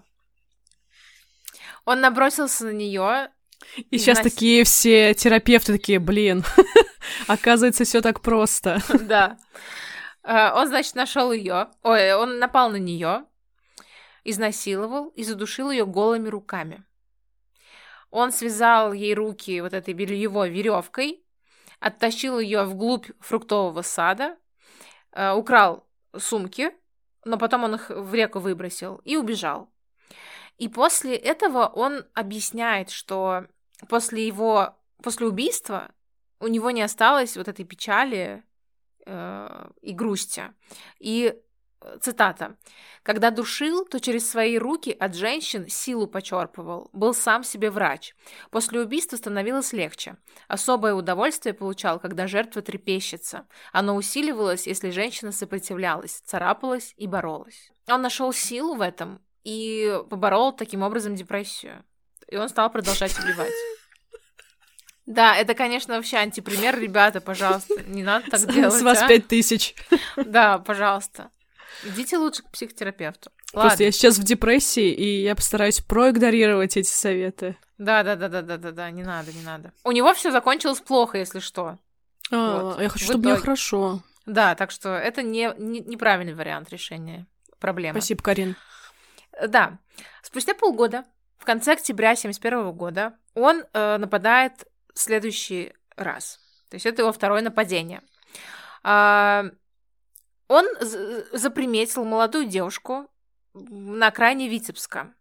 Он набросился на нее. И сейчас нас... такие все терапевты такие, блин, оказывается, все так просто. Да. Он, значит, нашел ее. Ой, он напал на нее, изнасиловал и задушил ее голыми руками. Он связал ей руки вот этой бельевой веревкой, оттащил ее вглубь фруктового сада, э, украл сумки, но потом он их в реку выбросил и убежал. И после этого он объясняет, что после его, после убийства у него не осталось вот этой печали э, и грусти. И цитата: «Когда душил, то через свои руки от женщин силу почерпывал, был сам себе врач. После убийства становилось легче. Особое удовольствие получал, когда жертва трепещется. Оно усиливалось, если женщина сопротивлялась, царапалась и боролась». Он нашел силу в этом и поборол таким образом депрессию. И он стал продолжать убивать. Да, это, конечно, вообще антипример, ребята, пожалуйста, не надо так делать. С вас пять тысяч. Да, пожалуйста. Идите лучше к психотерапевту. Просто Ладно. я сейчас в депрессии, и я постараюсь проигнорировать эти советы. Да, да, да, да, да, да, да, не надо, не надо. У него все закончилось плохо, если что. А, вот. Я хочу, чтобы мне хорошо. Да, так что это не, не неправильный вариант решения проблемы. Спасибо, Карин. Да. Спустя полгода, в конце октября семьдесят первого года, он э, нападает в следующий раз. То есть это его второе нападение. А, он заприметил молодую девушку на окраине Витебска.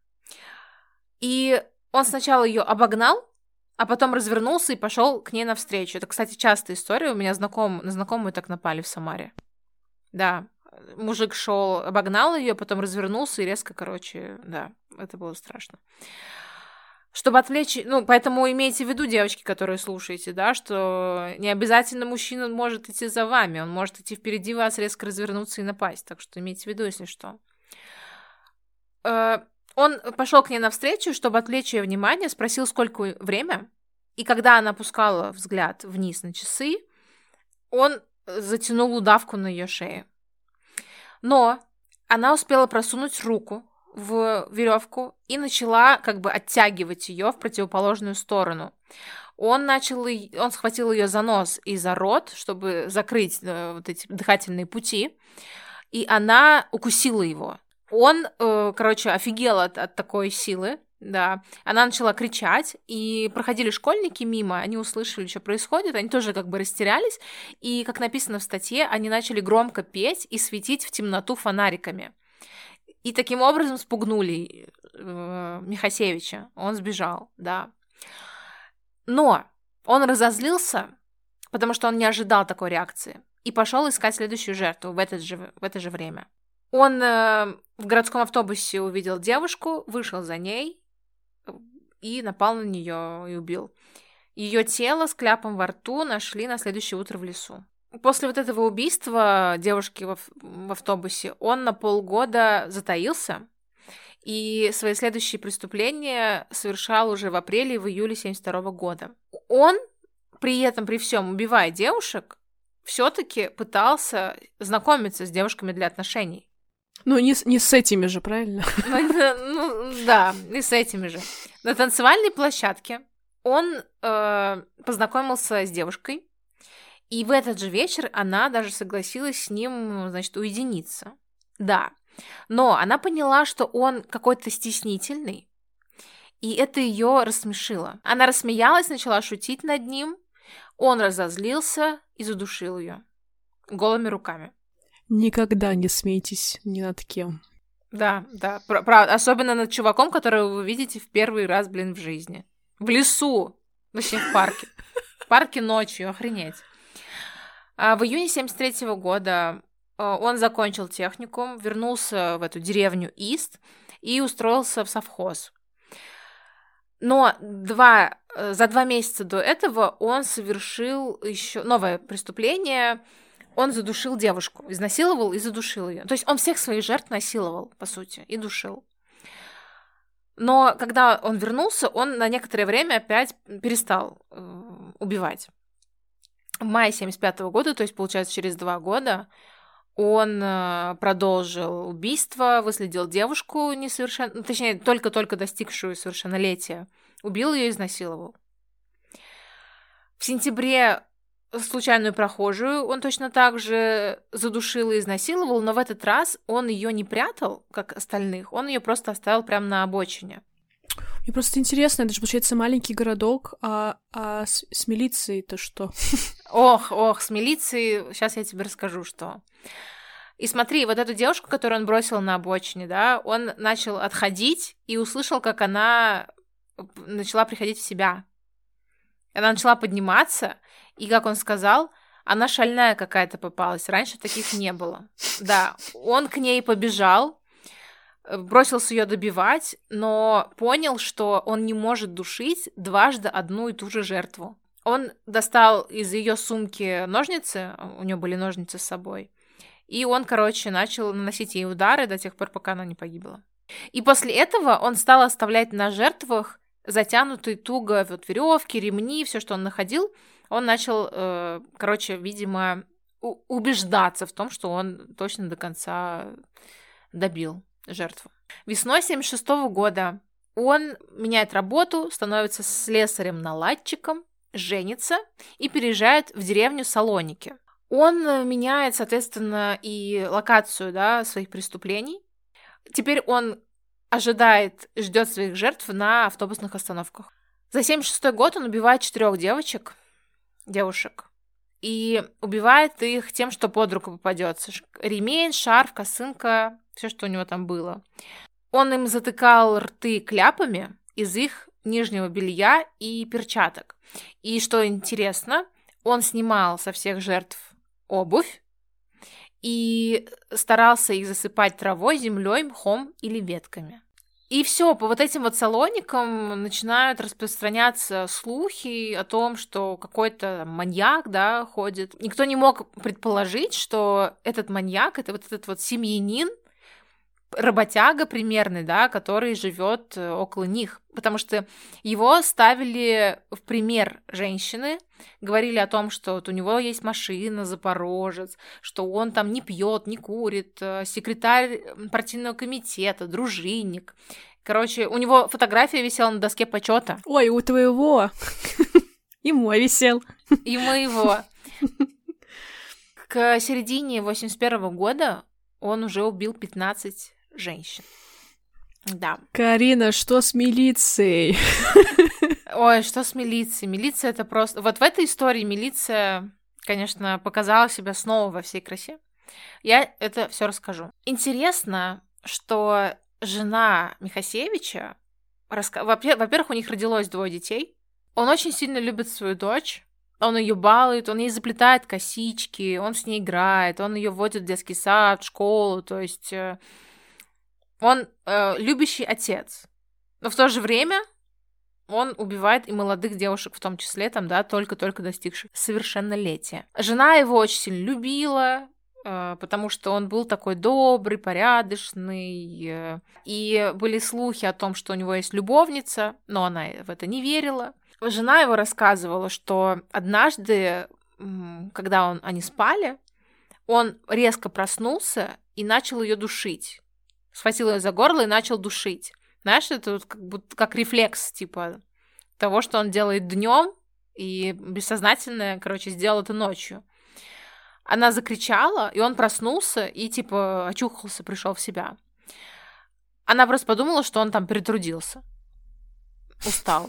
И он сначала ее обогнал, а потом развернулся и пошел к ней навстречу. Это, кстати, частая история. У меня знаком... на знакомую так напали в Самаре. Да. Мужик шел, обогнал ее, потом развернулся и резко, короче, да, это было страшно. Чтобы отвлечь, ну, поэтому имейте в виду, девочки, которые слушаете, да, что не обязательно мужчина может идти за вами, он может идти впереди вас, резко развернуться и напасть, так что имейте в виду, если что. Он пошел к ней навстречу, чтобы отвлечь ее внимание, спросил, сколько время, и когда она опускала взгляд вниз на часы, он затянул удавку на ее шее. Но она успела просунуть руку в веревку и начала как бы оттягивать ее в противоположную сторону. Он начал, он схватил ее за нос и за рот, чтобы закрыть э, вот эти дыхательные пути, и она укусила его. Он, э, короче, офигел от, от такой силы, да. Она начала кричать, и проходили школьники мимо, они услышали, что происходит, они тоже как бы растерялись, и, как написано в статье, они начали громко петь и светить в темноту фонариками. И таким образом спугнули э, Михасевича. Он сбежал, да. Но он разозлился, потому что он не ожидал такой реакции, и пошел искать следующую жертву в это же, в это же время. Он э, в городском автобусе увидел девушку, вышел за ней и напал на нее и убил. Ее тело с кляпом во рту нашли на следующее утро в лесу. После вот этого убийства девушки в, в автобусе он на полгода затаился, и свои следующие преступления совершал уже в апреле и в июле семьдесят второго года. Он при этом, при всем, убивая девушек, все-таки пытался знакомиться с девушками для отношений. Ну, не, не с этими же, правильно? Ну, да, и с этими же. На танцевальной площадке он э, познакомился с девушкой, и в этот же вечер она даже согласилась с ним, значит, уединиться. Да, но она поняла, что он какой-то стеснительный, И это ее рассмешило. Она рассмеялась, начала шутить над ним. Он разозлился и задушил ее голыми руками. Никогда не смейтесь ни над кем. Да, да, правда. Особенно над чуваком, которого вы видите в первый раз, блин, в жизни. В лесу. Вообще в парке. В парке ночью, охренеть. А в июне семьдесят третьего года он закончил техникум, вернулся в эту деревню Ист и устроился в совхоз. Но два, за два месяца до этого он совершил еще новое преступление. Он задушил девушку, изнасиловал и задушил ее. То есть он всех своих жертв насиловал, по сути, и душил. Но когда он вернулся, он на некоторое время опять перестал э, убивать. В мае семьдесят пятого года, то есть, получается, через два года, он э, продолжил убийство, выследил девушку несовершенно... Точнее, только-только достигшую совершеннолетия. Убил ее и изнасиловал. В сентябре случайную прохожую он точно так же задушил и изнасиловал, но в этот раз он ее не прятал, как остальных, он ее просто оставил прямо на обочине. Мне просто интересно, это же, получается, маленький городок, а, а с, с милицией-то что? Ох, ох, с милицией, сейчас я тебе расскажу, что. И смотри, вот эту девушку, которую он бросил на обочине, да, он начал отходить и услышал, как она начала приходить в себя. Она начала подниматься, и, как он сказал, она шальная какая-то попалась. Раньше таких не было. Да, он к ней побежал, бросился ее добивать, но понял, что он не может душить дважды одну и ту же жертву. Он достал из ее сумки ножницы, у нее были ножницы с собой, и он, короче, начал наносить ей удары до тех пор, пока она не погибла. И после этого он стал оставлять на жертвах затянутые туго вот веревки, ремни, все, что он находил. Он начал, э, короче, видимо, у- убеждаться в том, что он точно до конца добил жертву. Весной семьдесят шестого года он меняет работу, становится слесарем-наладчиком, женится и переезжает в деревню Салоники. Он меняет, соответственно, и локацию, да, своих преступлений. Теперь он ожидает, ждет своих жертв на автобусных остановках. За семьдесят шестой год он убивает четырех девочек, девушек, и убивает их тем, что под руку попадется. Ремень, шарф, косынка, все, что у него там было. Он им затыкал рты кляпами из их нижнего белья и перчаток. И что интересно, он снимал со всех жертв обувь и старался их засыпать травой, землей, мхом или ветками. И все, по вот этим вот салоникам начинают распространяться слухи о том, что какой-то маньяк, да, ходит. Никто не мог предположить, что этот маньяк, это вот этот вот семьянин, работяга примерный, да, который живет около них, потому что его ставили в пример женщины, говорили о том, что вот у него есть машина, Запорожец, что он там не пьет, не курит, секретарь партийного комитета, дружинник. Короче, у него фотография висела на доске почета. Ой, у твоего. И мой висел. И моего. К середине восемьдесят первого года он уже убил пятнадцать женщин. Да. Карина, что с милицией? Ой, что с милицией? Милиция — это просто... Вот в этой истории милиция, конечно, показала себя снова во всей красе. Я это все расскажу. Интересно, что жена Михасевича... Раска... Во-первых, у них родилось двое детей. Он очень сильно любит свою дочь. Он ее балует, он ей заплетает косички, он с ней играет, он ее водит в детский сад, в школу. То есть он э, любящий отец. Но в то же время он убивает и молодых девушек, в том числе, там, да, только-только достигших совершеннолетия. Жена его очень сильно любила, э, потому что он был такой добрый, порядочный. Э, и были слухи о том, что у него есть любовница, но она в это не верила. Жена его рассказывала, что однажды, когда он, они спали, он резко проснулся и начал ее душить. Схватил ее за горло и начал душить. Знаешь, это вот как будто как рефлекс, типа, того, что он делает днем, и бессознательно, короче, сделал это ночью. Она закричала, и он проснулся и, типа, очухался, пришел в себя. Она просто подумала, что он там перетрудился. устал.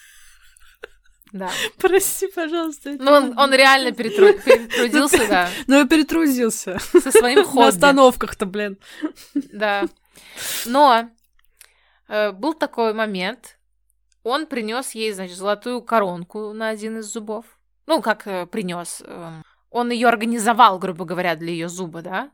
Да. Прости, пожалуйста. Ну, он, он реально перетру... перетрудился, да. Ну, и перетрудился. Со своим хобби. На остановках-то, блин. Да. Но э, был такой момент, он принес ей, значит, золотую коронку на один из зубов. Ну, как э, принес. Э, он ее организовал, грубо говоря, для ее зуба, да?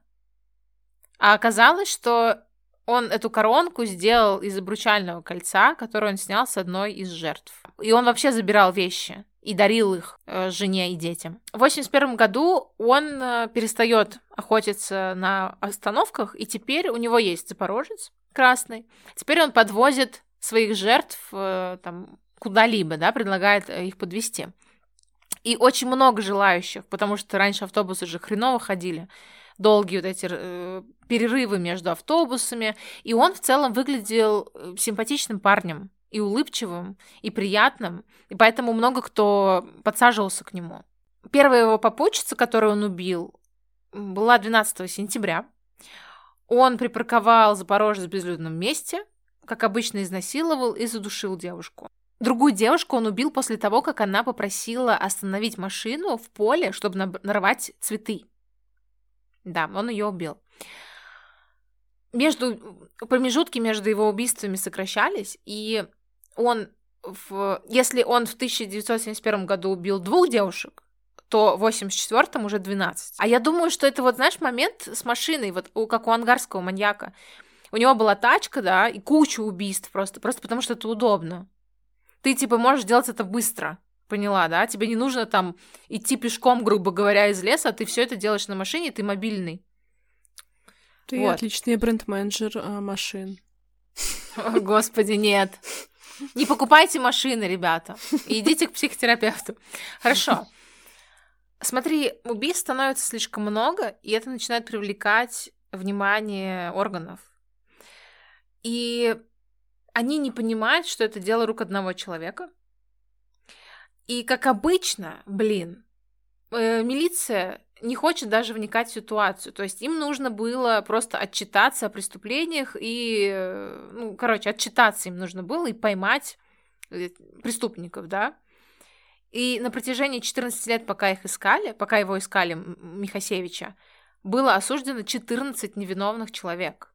А оказалось, что он эту коронку сделал из обручального кольца, которое он снял с одной из жертв. И он вообще забирал вещи и дарил их э, жене и детям. В восемьдесят первом году он э, перестает охотиться на остановках, и теперь у него есть запорожец красный. Теперь он подвозит своих жертв э, там, куда-либо, да, предлагает их подвезти. И очень много желающих, потому что раньше автобусы же хреново ходили. Долгие вот эти э, перерывы между автобусами. И он в целом выглядел симпатичным парнем. И улыбчивым, и приятным. И поэтому много кто подсаживался к нему. Первая его попутчица, которую он убил, была двенадцатого сентября. Он припарковал Запорожец в безлюдном месте, как обычно изнасиловал и задушил девушку. Другую девушку он убил после того, как она попросила остановить машину в поле, чтобы нарвать цветы. Да, он ее убил. Между, промежутки между его убийствами сокращались, и он, в, если он в тысяча девятьсот семьдесят первом году убил двух девушек, то в восемьдесят четвёртом уже двенадцать. А я думаю, что это вот, знаешь, момент с машиной, вот у, как у ангарского маньяка. У него была тачка, да, и куча убийств просто, просто потому что это удобно. Ты, типа, можешь делать это быстро, поняла, да? Тебе не нужно там идти пешком, грубо говоря, из леса, а ты все это делаешь на машине, ты мобильный. Ты вот. Отличный бренд-менеджер а, машин. О, господи, нет. Не покупайте машины, ребята. И идите к психотерапевту. Хорошо. Смотри, убийств становится слишком много, и это начинает привлекать внимание органов. И они не понимают, что это дело рук одного человека. И, как обычно, блин, э, милиция не хочет даже вникать в ситуацию. То есть им нужно было просто отчитаться о преступлениях и, ну, короче, отчитаться им нужно было и поймать преступников, да. И на протяжении четырнадцати лет, пока их искали, пока его искали, Михасевича, было осуждено четырнадцать невиновных человек.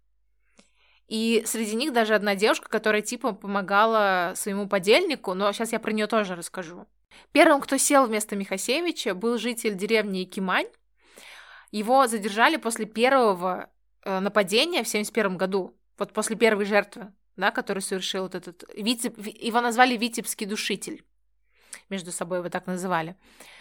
И среди них даже одна девушка, которая типа помогала своему подельнику, но сейчас я про нее тоже расскажу. Первым, кто сел вместо Михасевича, был житель деревни Якимань. Его задержали после первого э, нападения в семьдесят первом году, вот после первой жертвы, да, который совершил вот этот... Витеб... Его назвали Витебский душитель. Между собой его так называли.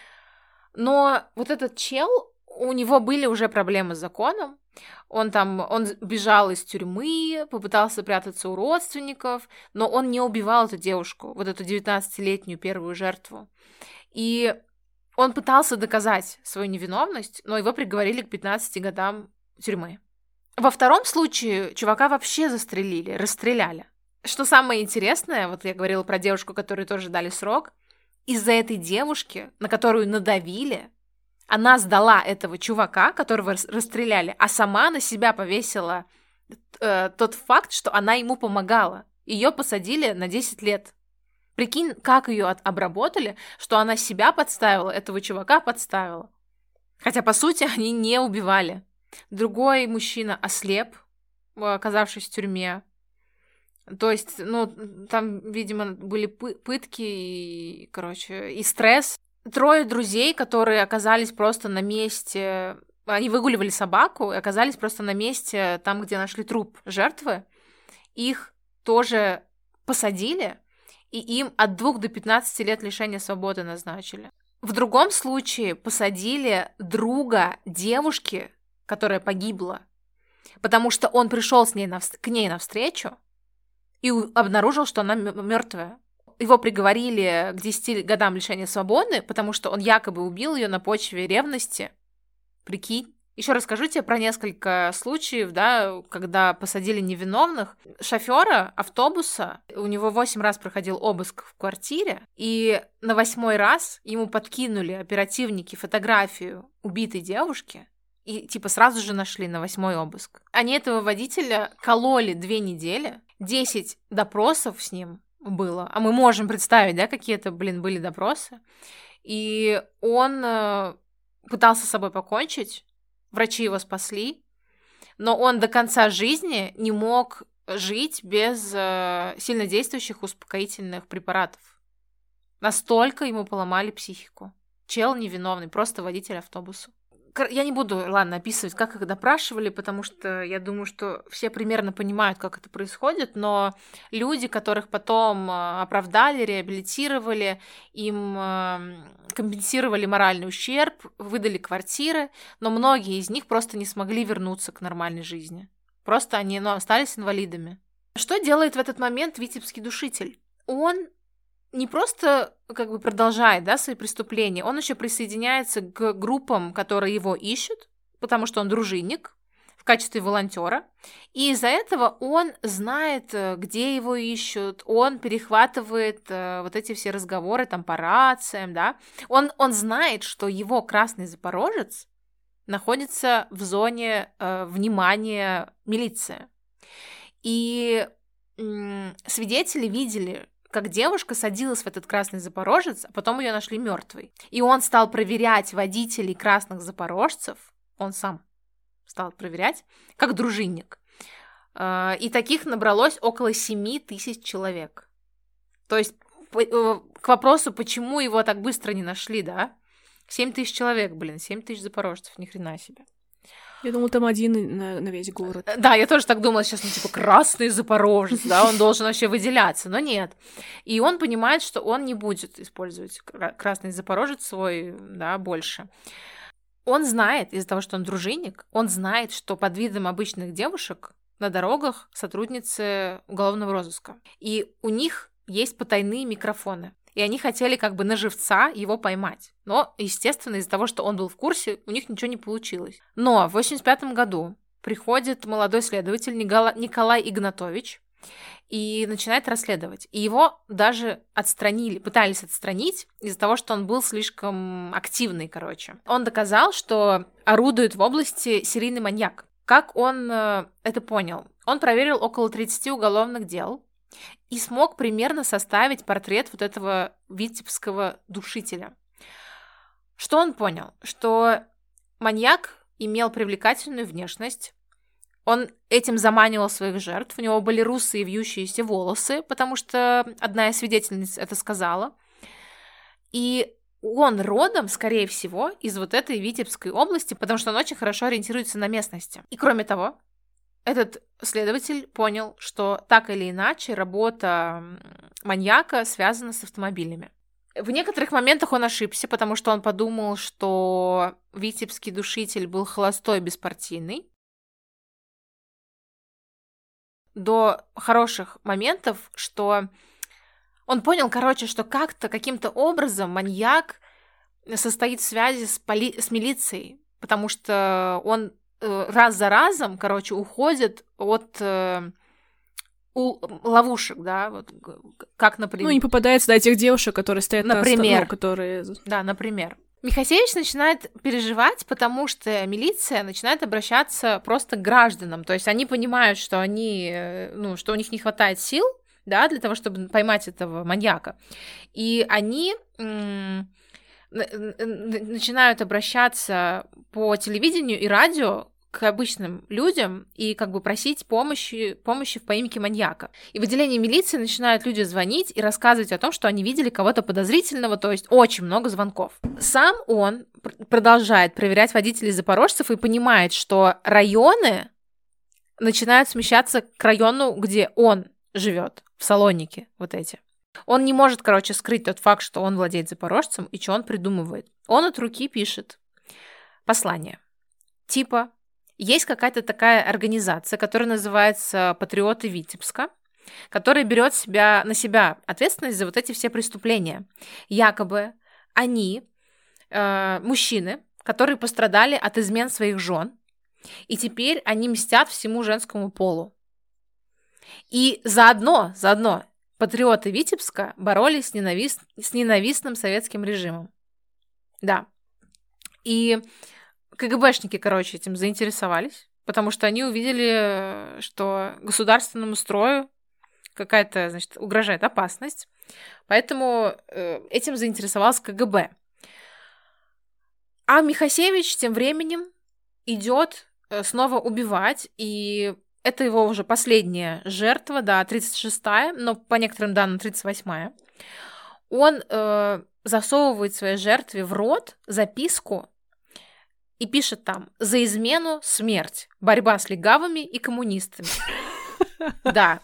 Но вот этот чел, у него были уже проблемы с законом. Он там, он бежал из тюрьмы, попытался прятаться у родственников, но он не убивал эту девушку, вот эту девятнадцатилетнюю первую жертву. И он пытался доказать свою невиновность, но его приговорили к пятнадцати годам тюрьмы. Во втором случае чувака вообще застрелили, расстреляли. Что самое интересное, вот я говорила про девушку, которой тоже дали срок, из-за этой девушки, на которую надавили, она сдала этого чувака, которого расстреляли, а сама на себя повесила э, тот факт, что она ему помогала. Ее посадили на десять лет. Прикинь, как ее от- обработали, что она себя подставила, этого чувака подставила. Хотя, по сути, они не убивали. Другой мужчина ослеп, оказавшись в тюрьме. То есть, ну, там, видимо, были пы- пытки и, короче, и стресс. Трое друзей, которые оказались просто на месте, они выгуливали собаку и оказались просто на месте, там, где нашли труп жертвы, их тоже посадили, и им от двух до пятнадцати лет лишения свободы назначили. В другом случае посадили друга девушки, которая погибла, потому что он пришел с ней навс- к ней навстречу и обнаружил, что она мертвая. Его приговорили к десяти годам лишения свободы, потому что он якобы убил ее на почве ревности. Прикинь. Еще расскажу тебе про несколько случаев, да, когда посадили невиновных. Шофера автобуса, у него восемь раз проходил обыск в квартире, и на восьмой раз ему подкинули оперативники фотографию убитой девушки, и типа сразу же нашли на восьмой обыск. Они этого водителя кололи две недели, десять допросов с ним было. А мы можем представить, да, какие это, блин, были допросы. И он э, пытался с собой покончить, врачи его спасли, но он до конца жизни не мог жить без э, сильнодействующих успокоительных препаратов. Настолько ему поломали психику. Чел невиновный, просто водитель автобуса. Я не буду, ладно, описывать, как их допрашивали, потому что я думаю, что все примерно понимают, как это происходит, но люди, которых потом оправдали, реабилитировали, им компенсировали моральный ущерб, выдали квартиры, но многие из них просто не смогли вернуться к нормальной жизни. Просто они ну, остались инвалидами. Что делает в этот момент витебский душитель? Он не просто как бы продолжает, да, свои преступления, он еще присоединяется к группам, которые его ищут, потому что он дружинник в качестве волонтера, и из-за этого он знает, где его ищут, он перехватывает э, вот эти все разговоры там по рациям, да, он, он знает, что его красный запорожец находится в зоне э, внимания милиции, и э, свидетели видели, как девушка садилась в этот красный запорожец, а потом ее нашли мертвой. И он стал проверять водителей красных запорожцев, он сам стал проверять, как дружинник. И таких набралось около семи тысяч человек. То есть к вопросу, почему его так быстро не нашли, да? семь тысяч человек, блин, семь тысяч запорожцев, ни хрена себе. Я думала, там один на, на весь город. Да, я тоже так думала, сейчас, ну, типа, красный запорожец, да, он должен вообще выделяться, но нет. И он понимает, что он не будет использовать красный запорожец свой, да, больше. Он знает, из-за того, что он дружинник, он знает, что под видом обычных девушек на дорогах сотрудницы уголовного розыска. И у них есть потайные микрофоны. И они хотели как бы на живца его поймать. Но, естественно, из-за того, что он был в курсе, у них ничего не получилось. Но в восемьдесят пятом году приходит молодой следователь Николай Игнатович и начинает расследовать. И его даже отстранили, пытались отстранить из-за того, что он был слишком активный, короче. Он доказал, что орудует в области серийный маньяк. Как он э, это понял? Он проверил около тридцати уголовных дел и смог примерно составить портрет вот этого витебского душителя. Что он понял? Что маньяк имел привлекательную внешность, он этим заманивал своих жертв, у него были русые вьющиеся волосы, потому что одна из свидетельниц это сказала, и он родом, скорее всего, из вот этой Витебской области, потому что он очень хорошо ориентируется на местности. И кроме того, этот следователь понял, что так или иначе работа маньяка связана с автомобилями. В некоторых моментах он ошибся, потому что он подумал, что витебский душитель был холостой, беспартийный. До хороших моментов, что он понял, короче, что как-то, каким-то образом маньяк состоит в связи с, поли... с милицией, потому что он раз за разом, короче, уходит от э, у, ловушек, да, вот как, например... Ну, не попадается до этих девушек, которые стоят например, на сторону, которые... Да, например. Михасевич начинает переживать, потому что милиция начинает обращаться просто к гражданам, то есть они понимают, что они, ну, что у них не хватает сил, да, для того, чтобы поймать этого маньяка, и они... М- начинают обращаться по телевидению и радио к обычным людям и как бы просить помощи, помощи в поимке маньяка. И в отделении милиции начинают люди звонить и рассказывать о том, что они видели кого-то подозрительного, то есть очень много звонков. Сам он продолжает проверять водителей запорожцев и понимает, что районы начинают смещаться к району, где он живет, в Салонике, вот эти. Он не может, короче, скрыть тот факт, что он владеет запорожцем, и что он придумывает. Он от руки пишет послание. Типа, есть какая-то такая организация, которая называется «Патриоты Витебска», которая берет себя, на себя ответственность за вот эти все преступления. Якобы они, э, мужчины, которые пострадали от измен своих жен, и теперь они мстят всему женскому полу. И заодно, заодно патриоты Витебска боролись с, ненавист... с ненавистным советским режимом. Да. И КГБшники, короче, этим заинтересовались, потому что они увидели, что государственному строю какая-то, значит, угрожает опасность. Поэтому э, этим заинтересовался ка гэ бэ. А Михасевич тем временем идет э, снова убивать, и это его уже последняя жертва, да, тридцать шестая, но по некоторым данным тридцать восьмая. Он э, засовывает своей жертве в рот записку и пишет там: «За измену смерть, борьба с легавыми и коммунистами». Да.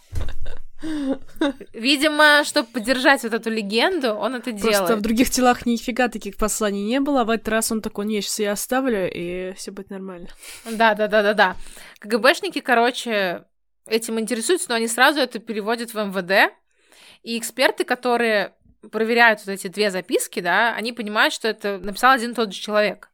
Видимо, чтобы поддержать вот эту легенду, он это делает. Просто в других телах нифига таких посланий не было, а в этот раз он такой: не, сейчас я оставлю, и все будет нормально. Да-да-да-да-да. ка гэ бэшники, короче, этим интересуются, но они сразу это переводят в эм вэ дэ, и эксперты, которые проверяют вот эти две записки, да, они понимают, что это написал один и тот же человек.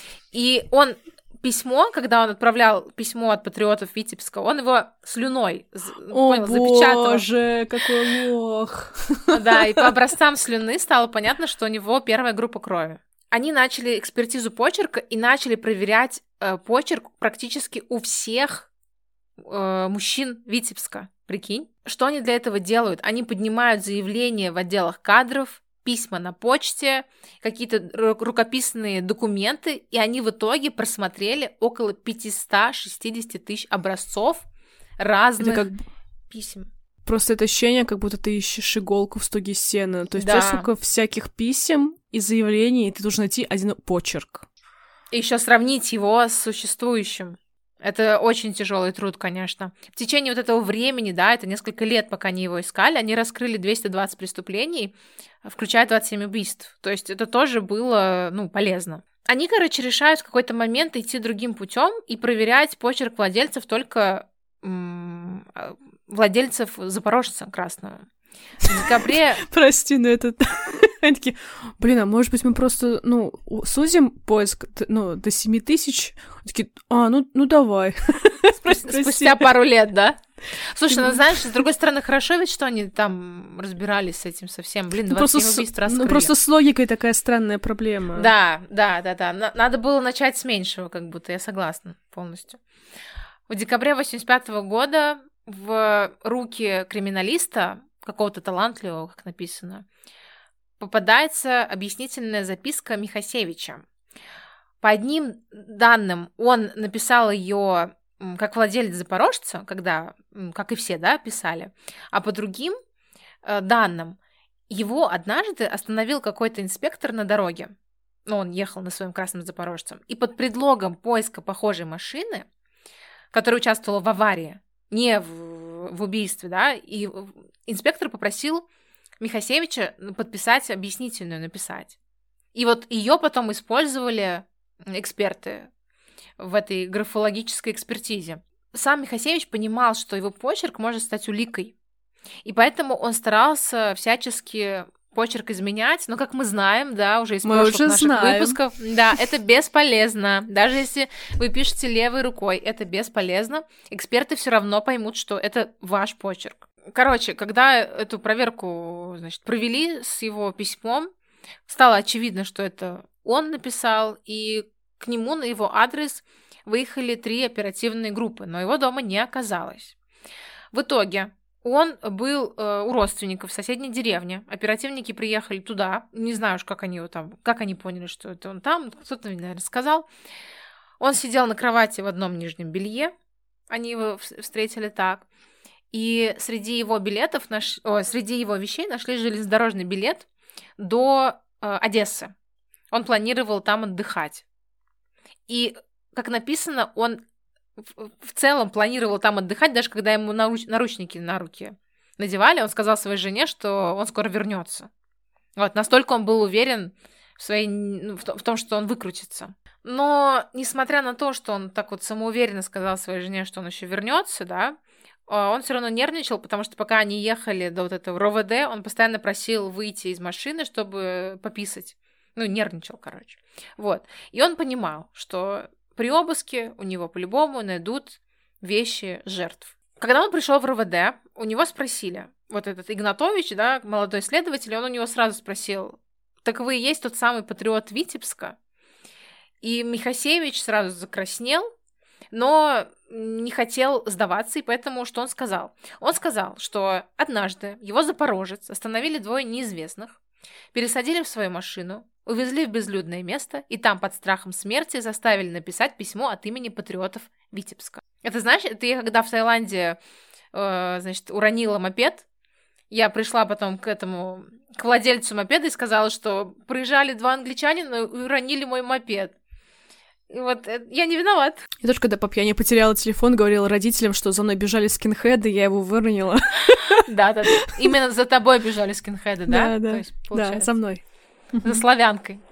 И он письмо, когда он отправлял письмо от патриотов Витебска, он его слюной, О, понял, запечатал. О, боже, какой лох! Да, и по образцам слюны стало понятно, что у него первая группа крови. Они начали экспертизу почерка и начали проверять э, почерк практически у всех э, мужчин Витебска. Прикинь, что они для этого делают? Они поднимают заявления в отделах кадров, письма на почте, какие-то рукописные документы, и они в итоге просмотрели около пятьсот шестьдесят тысяч образцов разных как... писем. Просто это ощущение, как будто ты ищешь иголку в стоге сена. То есть Да. у тебя сколько всяких писем и заявлений, и ты должен найти один почерк. И еще сравнить его с существующим. Это очень тяжелый труд, конечно. В течение вот этого времени, да, это несколько лет, пока они его искали, они раскрыли двести двадцать преступлений, включая двадцать семь убийств. То есть это тоже было, ну, полезно. Они, короче, решают в какой-то момент идти другим путем и проверять почерк владельцев только м- владельцев Запорожца красного. В декабре... Прости, но это... Они такие: блин, а может быть мы просто, ну, сузим поиск, ну, до семи тысяч? Такие: а, ну, ну давай. Спустя пару лет, да? Слушай, ну знаешь, с другой стороны, хорошо ведь, что они там разбирались с этим совсем. Блин, двадцать семь убийств раскрыли. Ну, просто с логикой такая странная проблема. Да, да, да, да. Надо было начать с меньшего, как будто, я согласна полностью. В декабре восемьдесят пятого года в руки криминалиста, какого-то талантливого, как написано, попадается объяснительная записка Михасевича. По одним данным, он написал ее как владелец Запорожца, когда, как и все, да, писали, а по другим э, данным, его однажды остановил какой-то инспектор на дороге, ну, он ехал на своем красном Запорожце, и под предлогом поиска похожей машины, которая участвовала в аварии, не в, в убийстве, да, и инспектор попросил Михасевича подписать объяснительную, написать. И вот ее потом использовали эксперты в этой графологической экспертизе. Сам Михасевич понимал, что его почерк может стать уликой, и поэтому он старался всячески почерк изменять, но, как мы знаем, да, уже из мы прошлых уже наших знаем. выпусков, да, это бесполезно. Даже если вы пишете левой рукой, это бесполезно. Эксперты все равно поймут, что это ваш почерк. Короче, когда эту проверку, значит, провели с его письмом, стало очевидно, что это он написал, и к нему на его адрес выехали три оперативные группы, но его дома не оказалось. В итоге он был э, у родственников в соседней деревне. Оперативники приехали туда. Не знаю уж, как они его там, как они поняли, что это он там. Кто-то, наверное, сказал. Он сидел на кровати в одном нижнем белье. Они его встретили так. И среди его билетов, наш... О, среди его вещей нашли железнодорожный билет до э, Одессы. Он планировал там отдыхать. И, как написано, он в, в целом планировал там отдыхать, даже когда ему наруч... наручники на руки надевали. Он сказал своей жене, что он скоро вернется. Вот, настолько он был уверен в, своей... в том, что он выкрутится. Но, несмотря на то, что он так вот самоуверенно сказал своей жене, что он еще вернется, да, он все равно нервничал, потому что пока они ехали до вот этого РОВД, он постоянно просил выйти из машины, чтобы пописать. Ну, нервничал, короче. Вот. И он понимал, что при обыске у него по-любому найдут вещи жертв. Когда он пришел в РОВД, у него спросили, вот этот Игнатович, да, молодой следователь, он у него сразу спросил: так вы и есть тот самый патриот Витебска? И Михасевич сразу закраснел, но не хотел сдаваться, и поэтому что он сказал? Он сказал, что однажды его запорожец остановили двое неизвестных, пересадили в свою машину, увезли в безлюдное место, и там под страхом смерти заставили написать письмо от имени патриотов Витебска. Это, знаешь, это я когда в Таиланде, э, значит, уронила мопед, я пришла потом к этому, к владельцу мопеда и сказала, что приезжали два англичанина и уронили мой мопед. И вот э, я не виноват. Я тоже, когда по пьяни потеряла телефон, говорила родителям, что за мной бежали скинхеды, я его выронила. Да-да, именно за тобой бежали скинхеды, да? Да, да, да, за мной. За славянкой.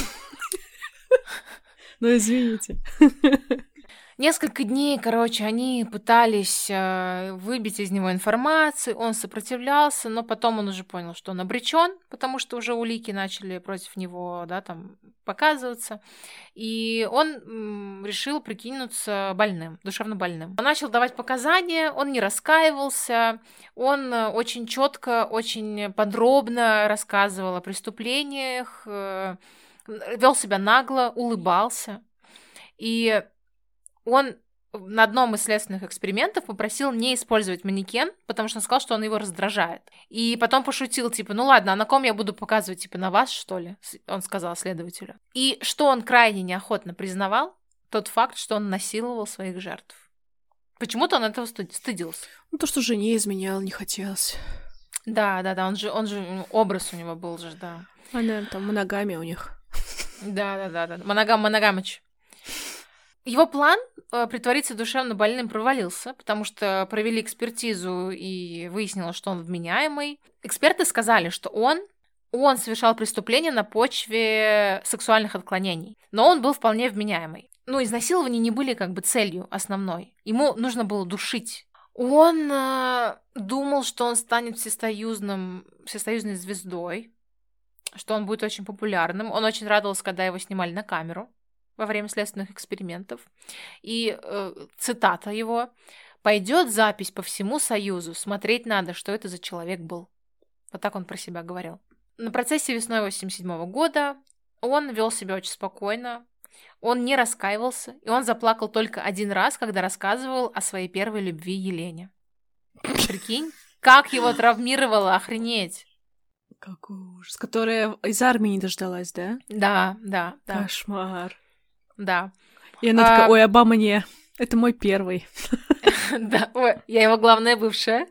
Ну, извините. Несколько дней, короче, они пытались э, выбить из него информацию, он сопротивлялся, но потом он уже понял, что он обречен, потому что уже улики начали против него, да, там, показываться, и он м, решил прикинуться больным, душевно больным. Он начал давать показания, он не раскаивался, он очень четко, очень подробно рассказывал о преступлениях, э, вел себя нагло, улыбался, и он на одном из следственных экспериментов попросил не использовать манекен, потому что он сказал, что он его раздражает. И потом пошутил, типа, ну ладно, а на ком я буду показывать, типа, на вас, что ли? Он сказал следователю. И что он крайне неохотно признавал? Тот факт, что он насиловал своих жертв. Почему-то он этого стыдился. Ну, то, что жене изменял, не хотелось. Да, да, да, он же, он же, образ у него был же, да. А, наверное, там моногамия у них. Да, да, да, да. Моногам, моногамыч. Его план э, притвориться душевно больным провалился, потому что провели экспертизу и выяснилось, что он вменяемый. Эксперты сказали, что он, он совершал преступление на почве сексуальных отклонений, но он был вполне вменяемый. Ну, изнасилования не были как бы целью основной. Ему нужно было душить. Он э, думал, что он станет всесоюзным, всесоюзной звездой, что он будет очень популярным. Он очень радовался, когда его снимали на камеру во время следственных экспериментов. И э, цитата его: «Пойдет запись по всему Союзу, смотреть надо, что это за человек был». Вот так он про себя говорил. На процессе весной восемьдесят седьмого года он вел себя очень спокойно, он не раскаивался, и он заплакал только один раз, когда рассказывал о своей первой любви Елене. Прикинь, как его травмировало, охренеть. Какой ужас. Которая из армии не дождалась, да? Да, да, да. Кошмар. Да. И она такая: ой, Обама не, это мой первый. Да, ой, я его главная бывшая.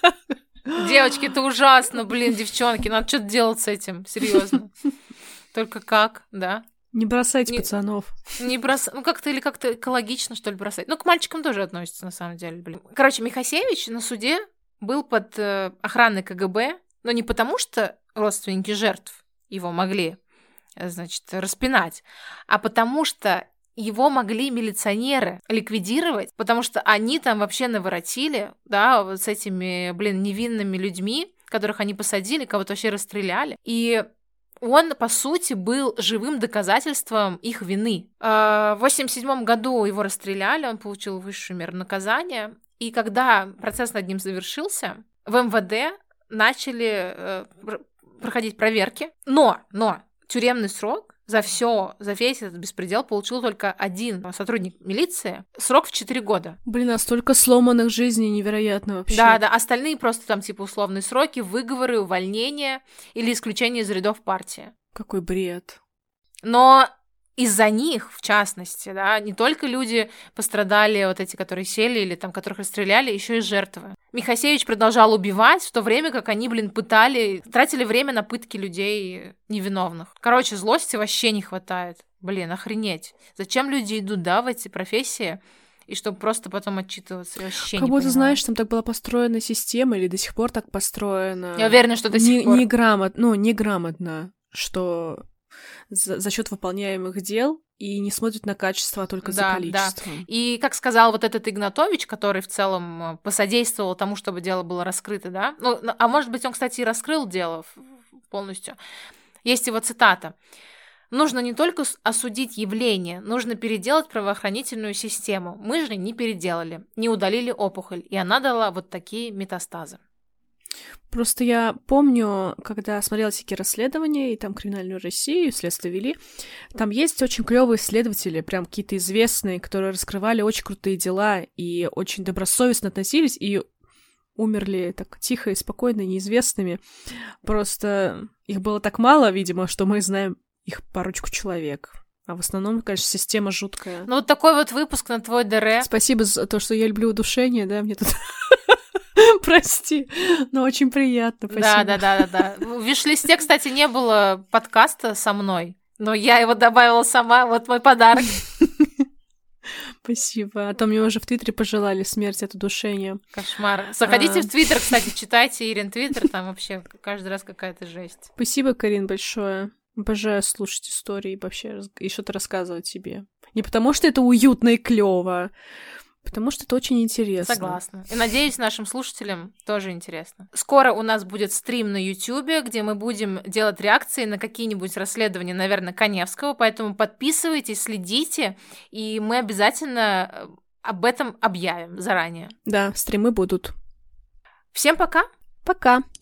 Девочки, это ужасно, блин, девчонки, надо что-то делать с этим, серьезно. Только как, да? Не бросайте не, пацанов. Не бросать, ну как-то или как-то экологично, что ли, бросать. Ну, к мальчикам тоже относится, на самом деле, блин. Короче, Михасевич на суде был под э, охраной ка гэ бэ, но не потому, что родственники жертв его могли, значит, распинать, а потому что его могли милиционеры ликвидировать, потому что они там вообще наворотили, да, вот с этими, блин, невинными людьми, которых они посадили, кого-то вообще расстреляли. И он, по сути, был живым доказательством их вины. В восемьдесят седьмом году его расстреляли, он получил высшую меру наказания. И когда процесс над ним завершился, в эм вэ дэ начали проходить проверки. Но, но тюремный срок за все, за весь этот беспредел получил только один сотрудник милиции. Срок в четыре года. Блин, а столько сломанных жизней, невероятно вообще. Да, да, остальные просто там типа условные сроки, выговоры, увольнения или исключение из рядов партии. Какой бред. Но из-за них, в частности, да, не только люди пострадали, вот эти, которые сели или там, которых расстреляли, еще и жертвы. Михасевич продолжал убивать, в то время как они, блин, пытали, тратили время на пытки людей невиновных. Короче, злости вообще не хватает. Блин, охренеть. Зачем люди идут, да, в эти профессии, и чтобы просто потом отчитываться? Я вообще как не будто, понимаю. знаешь, там так была построена система, или до сих пор так построена. Я уверена, что до сих не, пор. Неграмотно, ну, неграмотно, что за, за счет выполняемых дел и не смотрят на качество, а только да, за количество. Да. И, как сказал вот этот Игнатович, который в целом посодействовал тому, чтобы дело было раскрыто, да, ну, а может быть, он, кстати, и раскрыл дело полностью. Есть его цитата: «Нужно не только осудить явление, нужно переделать правоохранительную систему. Мы же не переделали, не удалили опухоль, и она дала вот такие метастазы». Просто я помню, когда смотрела всякие расследования, и там «Криминальную Россию», «Следствие вели», там есть очень клевые следователи, прям какие-то известные, которые раскрывали очень крутые дела и очень добросовестно относились, и умерли так тихо и спокойно, неизвестными. Просто их было так мало, видимо, что мы знаем их парочку человек. А в основном, конечно, система жуткая. Ну, вот такой вот выпуск на твой ДР. Спасибо за то, что я люблю удушение, да, мне тут... Прости, но очень приятно, спасибо. Да, да, да, да, да. В виш-листе, кстати, не было подкаста со мной, но я его добавила сама, вот мой подарок. Спасибо. А то мне уже в Твиттере пожелали смерти от удушения. Кошмар. Заходите а... в Твиттер, кстати, читайте Ирин Твиттер, там вообще каждый раз какая-то жесть. Спасибо, Карин, большое. Обожаю слушать истории и вообще и что-то рассказывать себе. Не потому что это уютно и клёво, потому что это очень интересно. Согласна. И надеюсь, нашим слушателям тоже интересно. Скоро у нас будет стрим на Ютьюбе, где мы будем делать реакции на какие-нибудь расследования, наверное, Каневского, поэтому подписывайтесь, следите, и мы обязательно об этом объявим заранее. Да, стримы будут. Всем пока! Пока!